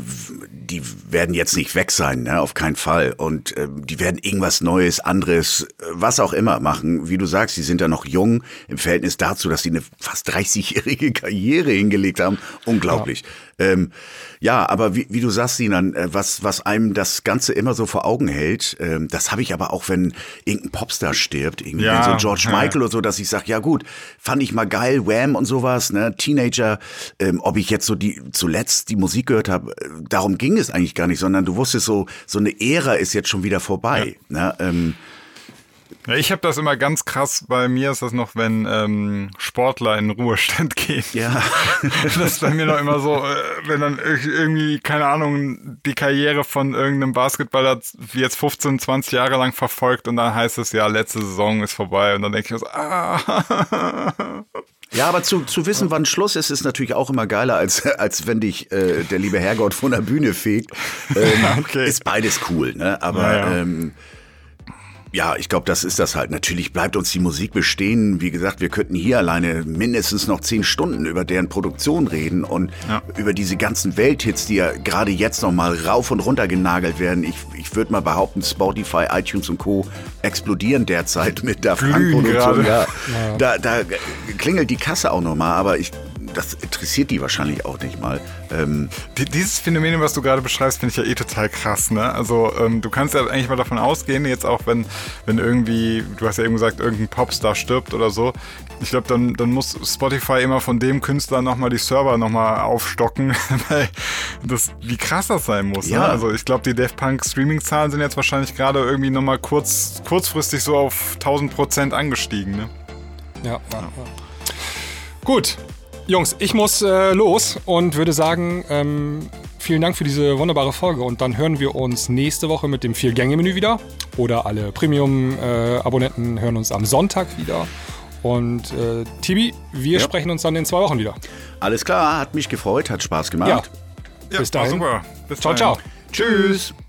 werden jetzt nicht weg sein, ne? Auf keinen Fall. Und die werden irgendwas Neues, anderes, was auch immer machen. Wie du sagst, die sind ja noch jung im Verhältnis dazu, dass sie eine fast 30-jährige Karriere hingelegt haben. Unglaublich. Ja, aber wie du sagst, Sinan, was einem das Ganze immer so vor Augen hält, das habe ich aber auch, wenn irgendein Popstar stirbt, irgendwie wenn so George Michael oder so, dass ich sage, ja gut, fand ich mal geil, Wham und sowas, ne, Teenager, ob ich jetzt so zuletzt die Musik gehört habe, darum ging es eigentlich gar nicht, sondern du wusstest so eine Ära ist jetzt schon wieder vorbei, ne, ja, ich habe das immer ganz krass, bei mir ist das noch, wenn Sportler in Ruhestand gehen. Ja. Das ist bei mir noch immer so, wenn dann irgendwie, keine Ahnung, die Karriere von irgendeinem Basketballer jetzt 15, 20 Jahre lang verfolgt und dann heißt es, ja, letzte Saison ist vorbei und dann denke ich mir so, Ja, aber zu wissen, wann Schluss ist natürlich auch immer geiler, als wenn dich der liebe Herrgott von der Bühne fegt. Okay. Ist beides cool, ne? Aber ja, ich glaube, das ist das halt. Natürlich bleibt uns die Musik bestehen. Wie gesagt, wir könnten hier alleine mindestens noch 10 Stunden über deren Produktion reden und über diese ganzen Welthits, die ja gerade jetzt noch mal rauf und runter genagelt werden. Ich würde mal behaupten, Spotify, iTunes und Co. explodieren derzeit mit der Produktion. Ja. Da klingelt die Kasse auch noch mal, aber das interessiert die wahrscheinlich auch nicht mal. Dieses Phänomen, was du gerade beschreibst, finde ich ja total krass, ne? Also du kannst ja eigentlich mal davon ausgehen, jetzt auch wenn irgendwie, du hast ja eben gesagt, irgendein Popstar stirbt oder so, ich glaube, dann muss Spotify immer von dem Künstler nochmal die Server nochmal aufstocken, weil wie krass das sein muss. Ja. Ne? Also ich glaube, die Daft Punk Streaming-Zahlen sind jetzt wahrscheinlich gerade irgendwie nochmal kurzfristig so auf 1000% angestiegen, ne? Ja. Gut. Jungs, ich muss los und würde sagen, vielen Dank für diese wunderbare Folge. Und dann hören wir uns nächste Woche mit dem 4-Gänge-Menü wieder. Oder alle Premium-Abonnenten hören uns am Sonntag wieder. Und Tibi, wir sprechen uns dann in 2 Wochen wieder. Alles klar, hat mich gefreut, hat Spaß gemacht. Ja. Bis dahin. Super. Bis Ciao, dahin. ciao. Tschüss.